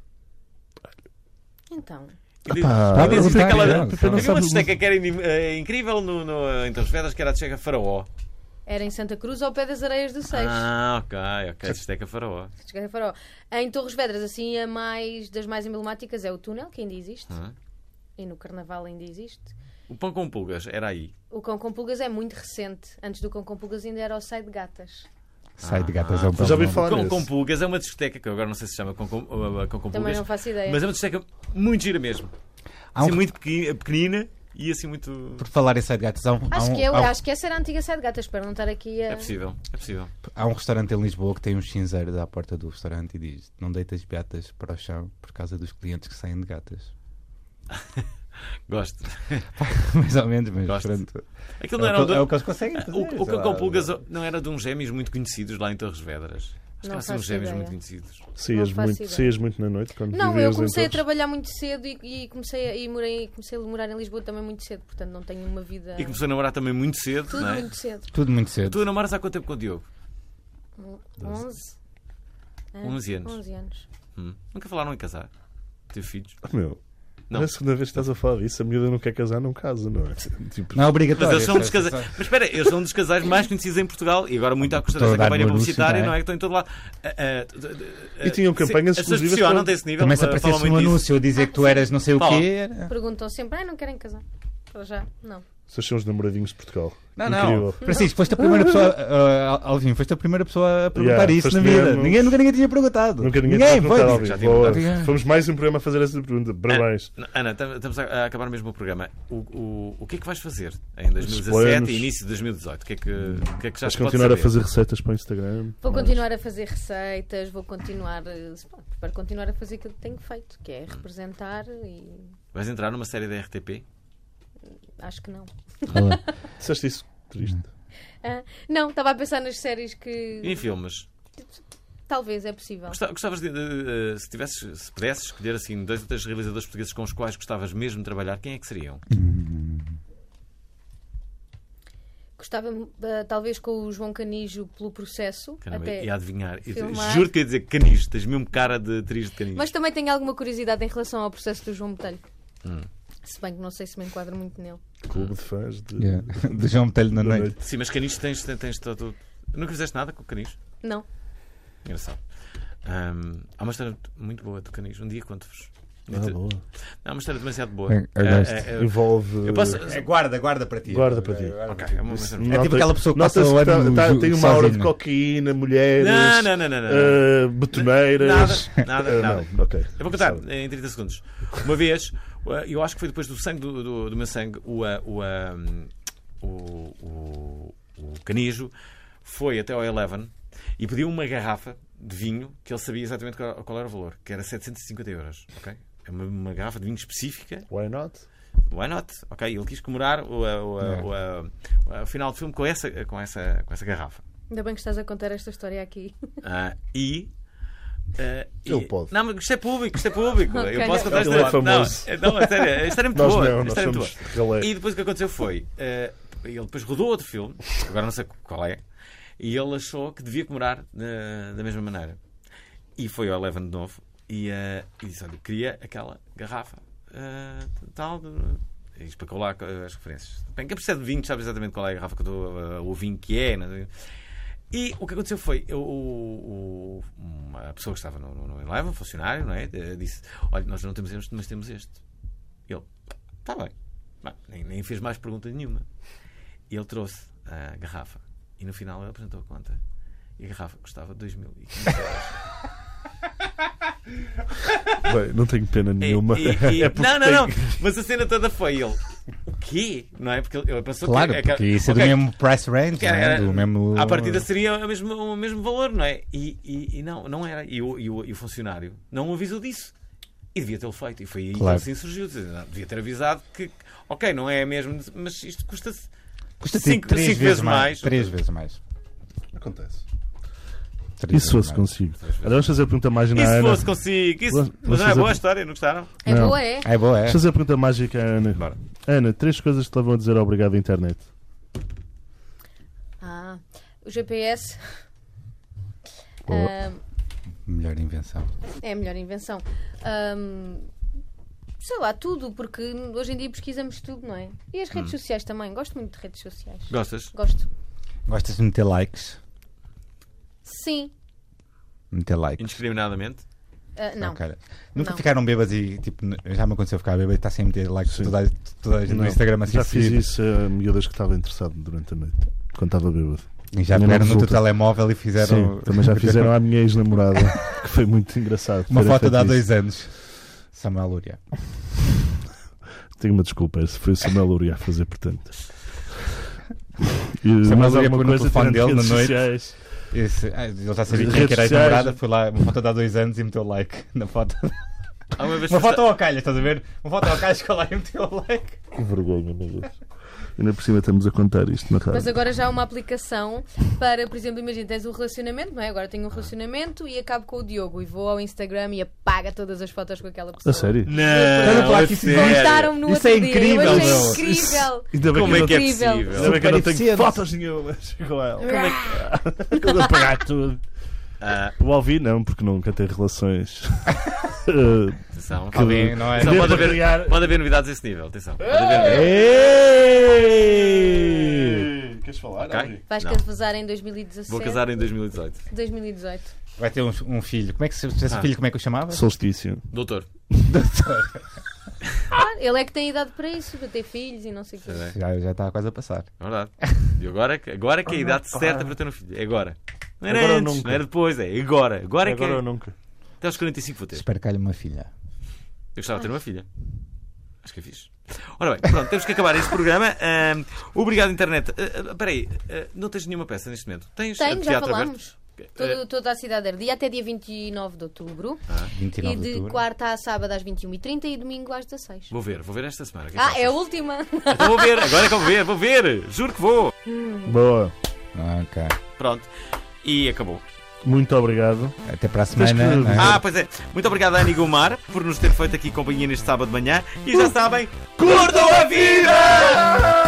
Então. Pá, E dizes perguntar, aquela não, havia uma sabe- discoteca que era incrível em Torres Vedras, que era a discoteca Faraó. Era em Santa Cruz ao pé das Areias do Seixo. Ah, ok. Discoteca Faraó. Cheguei a Faraó. Em Torres Vedras, assim, das mais emblemáticas é o túnel, que ainda existe. Ah. E no Carnaval ainda existe. O pão com pulgas era aí. O Cão com Pulgas é muito recente. Antes do Cão com Pulgas ainda era o Sai de Gatas. Sai de gatas é um já ouvi bom falar nome. Cão com nesse. pulgas é uma discoteca que eu agora não sei se chama Cão com Também pulgas. não faço ideia. Mas é uma discoteca muito gira mesmo. Há um- Assim, muito pequenina e assim muito. Por falar em Sai de gatas, Acho que essa era a antiga Sai de Gatas, para não estar aqui a... É possível. há um restaurante em Lisboa que tem uns cinzeiros à porta do restaurante e diz: não deitas gatas para o chão por causa dos clientes que saem de gatas. Gosto. Mais ou menos, mas Gosto. pronto. Aquilo não É era o que- é o que eles conseguem fazer. O sei Cão lá. com pulgas não era de uns gêmeos muito conhecidos lá em Torres Vedras. Acho que Não eram assim uns faço gêmeos ideia. muito conhecidos. Saías Não faço muito, ideia. saías muito na noite quando Não, eu vivias em comecei a Torres? trabalhar muito cedo e comecei a morar em Lisboa também muito cedo, portanto não tenho uma vida... E começou a namorar também muito cedo, Tudo não é? muito cedo. Tudo muito cedo. Tu namoras há quanto tempo com o Diogo? 11? 11 anos. 11 anos. Nunca falaram em casar? Ter filhos? Meu, Não. não é a segunda vez que estás a falar disso. A miúda não quer casar, não casa, não é? Tipo, Não é obrigatório. Mas eles são um dos Isso é- casais. Mas espera, eles são um dos casais mais conhecidos em Portugal e agora muito à custa Estou dessa a dar campanha no anúncio, publicitária, não é? não é? Que estão em todo lado. E tinham campanhas As pessoas exclusivas pressionam para- desse nível. Também se falam aparecesse muito um disso. anúncio a dizer que tu eras não sei o Fala. quê. Perguntam sempre, não querem casar? Para já, não. Vocês são os namoradinhos de Portugal. Não, Incrível. não. Francisco, foste a primeira pessoa, Alvin, foste a primeira pessoa a perguntar Yeah, isso na foste vida. mesmo. Nunca ninguém tinha perguntado. Nunca ninguém tinha foi. perguntado ao Já vivo. tinha Boa. perguntado. Fomos mais um programa a fazer essa pergunta. Parabéns. Ana, estamos a acabar mesmo o programa. O que é que vais fazer em 2017 planos. e início de 2018? O que é que já Vais se pode continuar a saber? fazer receitas para o Instagram? Vou continuar a fazer receitas, espero continuar a fazer aquilo que tenho feito, que é representar e Vais entrar numa série da RTP? acho que não. Disseste isso? Triste. Não, estava a pensar nas séries E que em filmes? talvez é possível. Gostavas se pudesses escolher assim 2 ou 3 realizadores portugueses com os quais gostavas mesmo de trabalhar, quem é que seriam? Gostava, talvez, com o João Canijo pelo processo. Caramba, até ia adivinhar. filmar. Juro que ia dizer Canijo. Tens mesmo cara de atriz de Canijo. Mas também tenho alguma curiosidade em relação ao processo do João Botelho. Se bem que não sei se me enquadro muito nele. Clube de fãs de... De João Botelho na da noite. noite. Sim, mas Canijo tens todo... Nunca fizeste nada com o Canijo? Não. Engraçado. Há uma história muito boa do Canijo. Um dia conto-vos. Boa. É uma história demasiado boa. Eu gosto. Envolve... Eu posso... Guarda para ti. Guarda para ti. Ok, é uma história... É tipo aquela pessoa que passa Nota-se o ano que tem uma aura de sozinho. cocaína, mulheres, Não. betoneiras. Nada. Não, ok. Eu vou contar em 30 segundos. Uma vez, eu acho que foi depois do sangue do meu sangue, o Canijo foi até ao Eleven e pediu uma garrafa de vinho que ele sabia exatamente qual era o valor, que era 750 euros. Ok? É uma garrafa de vinho específica. Why not? Why not? Ok, ele quis comemorar o final do filme com essa garrafa. Ainda bem que estás a contar esta história aqui. Ele pode. Não, mas isto é público. Ok. Eu posso contar Ele esta é famoso. Não, é sério, a história é muito Nós boa. não, A nós história é muito somos boa. relé. E depois o que aconteceu foi, ele depois rodou outro filme, agora não sei qual é, e ele achou que devia comemorar da mesma maneira. E foi ao Eleven de novo e disse: olha, queria aquela garrafa tal. E explicou lá as referências. Bem, quem percebe de vinho sabe exatamente qual é a garrafa que eu estou, o vinho que é. Não é? E o que aconteceu foi, uma pessoa que estava no Eleven, um funcionário, não é? Disse: olha, nós não temos este, mas temos este. Ele: está bem. Nem fez mais pergunta nenhuma. E ele trouxe a garrafa. E no final ele apresentou a conta. E a garrafa custava 2.500 euros. Bem, não tenho pena nenhuma. Não. Mas a cena toda foi ele. O quê? Não é? Porque ele pensou Claro, que... porque isso é do mesmo price range, não é? Do mesmo... À partida seria o mesmo valor, não é? E não era. E o funcionário não avisou disso. E devia tê-lo feito. E foi aí que ele se insurgiu. Devia ter avisado que, ok, não é mesmo, mas isto custa 5 vezes mais. 3 vezes mais. Acontece. 3 Isso vezes fosse mais. consigo. Agora vamos fazer a pergunta mágica à Isso Ana. fosse consigo. Isso... Vamos Mas não é fazer- boa a história, não gostaram? É Não. boa, é? É boa, é. Vamos fazer a pergunta mágica à Ana. Bora. Ana, 3 coisas que te levam a dizer obrigado à internet. O GPS Boa. Melhor invenção. é a melhor invenção. Sei lá, tudo, porque hoje em dia pesquisamos tudo, não é? E as redes sociais também. Gosto muito de redes sociais. Gostas? Gosto. Gostas de meter likes? Sim. Meter likes. Indiscriminadamente? Não. Ok. Nunca Não. ficaram bêbados e, tipo, já me aconteceu ficar bêbado e está sem meter likes Sim. toda a gente no Não, Instagram assim já fiz seguido. isso a miúdas que estava interessado durante a noite, quando estava bêbado. E já Ainda pegaram não no teu resulta. telemóvel e fizeram... Sim, também já fizeram à minha ex-namorada, que foi muito engraçado. uma terem foto de há feito 2 anos. Samuel Lúria. isso. Tenho uma desculpa, esse foi o Samuel Lúria a fazer, portanto. E Samuel mais Lúria alguma pôr no coisa telefone tirando dele na redes noite. sociais? Ele já sabia As quem é que era a redes namorada, sociais- foi lá, uma foto de há 2 anos e meteu like na foto. Alguma vez Uma foste- foto ao calha, estás a ver? Uma foto ao calha, chegou lá e meteu like. Que vergonha, meu Deus. Ainda por cima estamos a contar isto na Mas rádio. agora já há uma aplicação para, por exemplo, imagina, tens um relacionamento, não é? Agora tenho um relacionamento e acabo com o Diogo e vou ao Instagram e apaga todas as fotos com aquela pessoa. A sério? Estás a falar que isso existe? Contaram-me no Isso outro é dia. incrível, Eu achei meu. incrível. Ainda bem Como é que é Incrível. possível? Ainda bem que eu não tenho Super fotos nenhumas com ela. Como é que... Como eu pagar tudo. Ah, O Alvi não, porque nunca tem relações. atenção. Alguém, não é? Atenção, Devo pode criar- haver, pode haver novidades a esse nível. Atenção. Pode haver novidades. Ei! Queres falar? Ok? Alvi? Vais Não. casar em 2017. Vou casar em 2018. 2018. Vai ter um filho. Como é que se tivesse filho, como é que o chamava? Solstício. Doutor. Ele é que tem idade para isso, para ter filhos e não sei o quê. Já está quase a passar. É verdade. E agora que é a idade certa para ter um filho. É agora. Não era Agora ou antes, nunca. não era depois, é agora. Agora é que Agora é. ou nunca. Até aos 45 vou ter. Espero que haja uma filha. Eu gostava de ter uma filha. Acho que é fixe. Ora bem, pronto, temos que acabar este programa. Obrigado, internet. Espera aí, não tens nenhuma peça neste momento? Tens Tenho, já teatro falámos. aberto? Toda a cidade ardia até dia 29 de outubro. 29 E de de outubro. quarta a sábado às 21h30 e domingo às 16. Vou ver esta semana. O que Ah, que é a achas? última. Então vou ver, agora é que vou ver. Juro que vou. Boa. Ok. Pronto. E acabou. Muito obrigado. Até para a Tens semana. que- não é? Pois é. Muito obrigado a Ana Gomar por nos ter feito aqui companhia neste sábado de manhã. E já sabem, curtam a vida!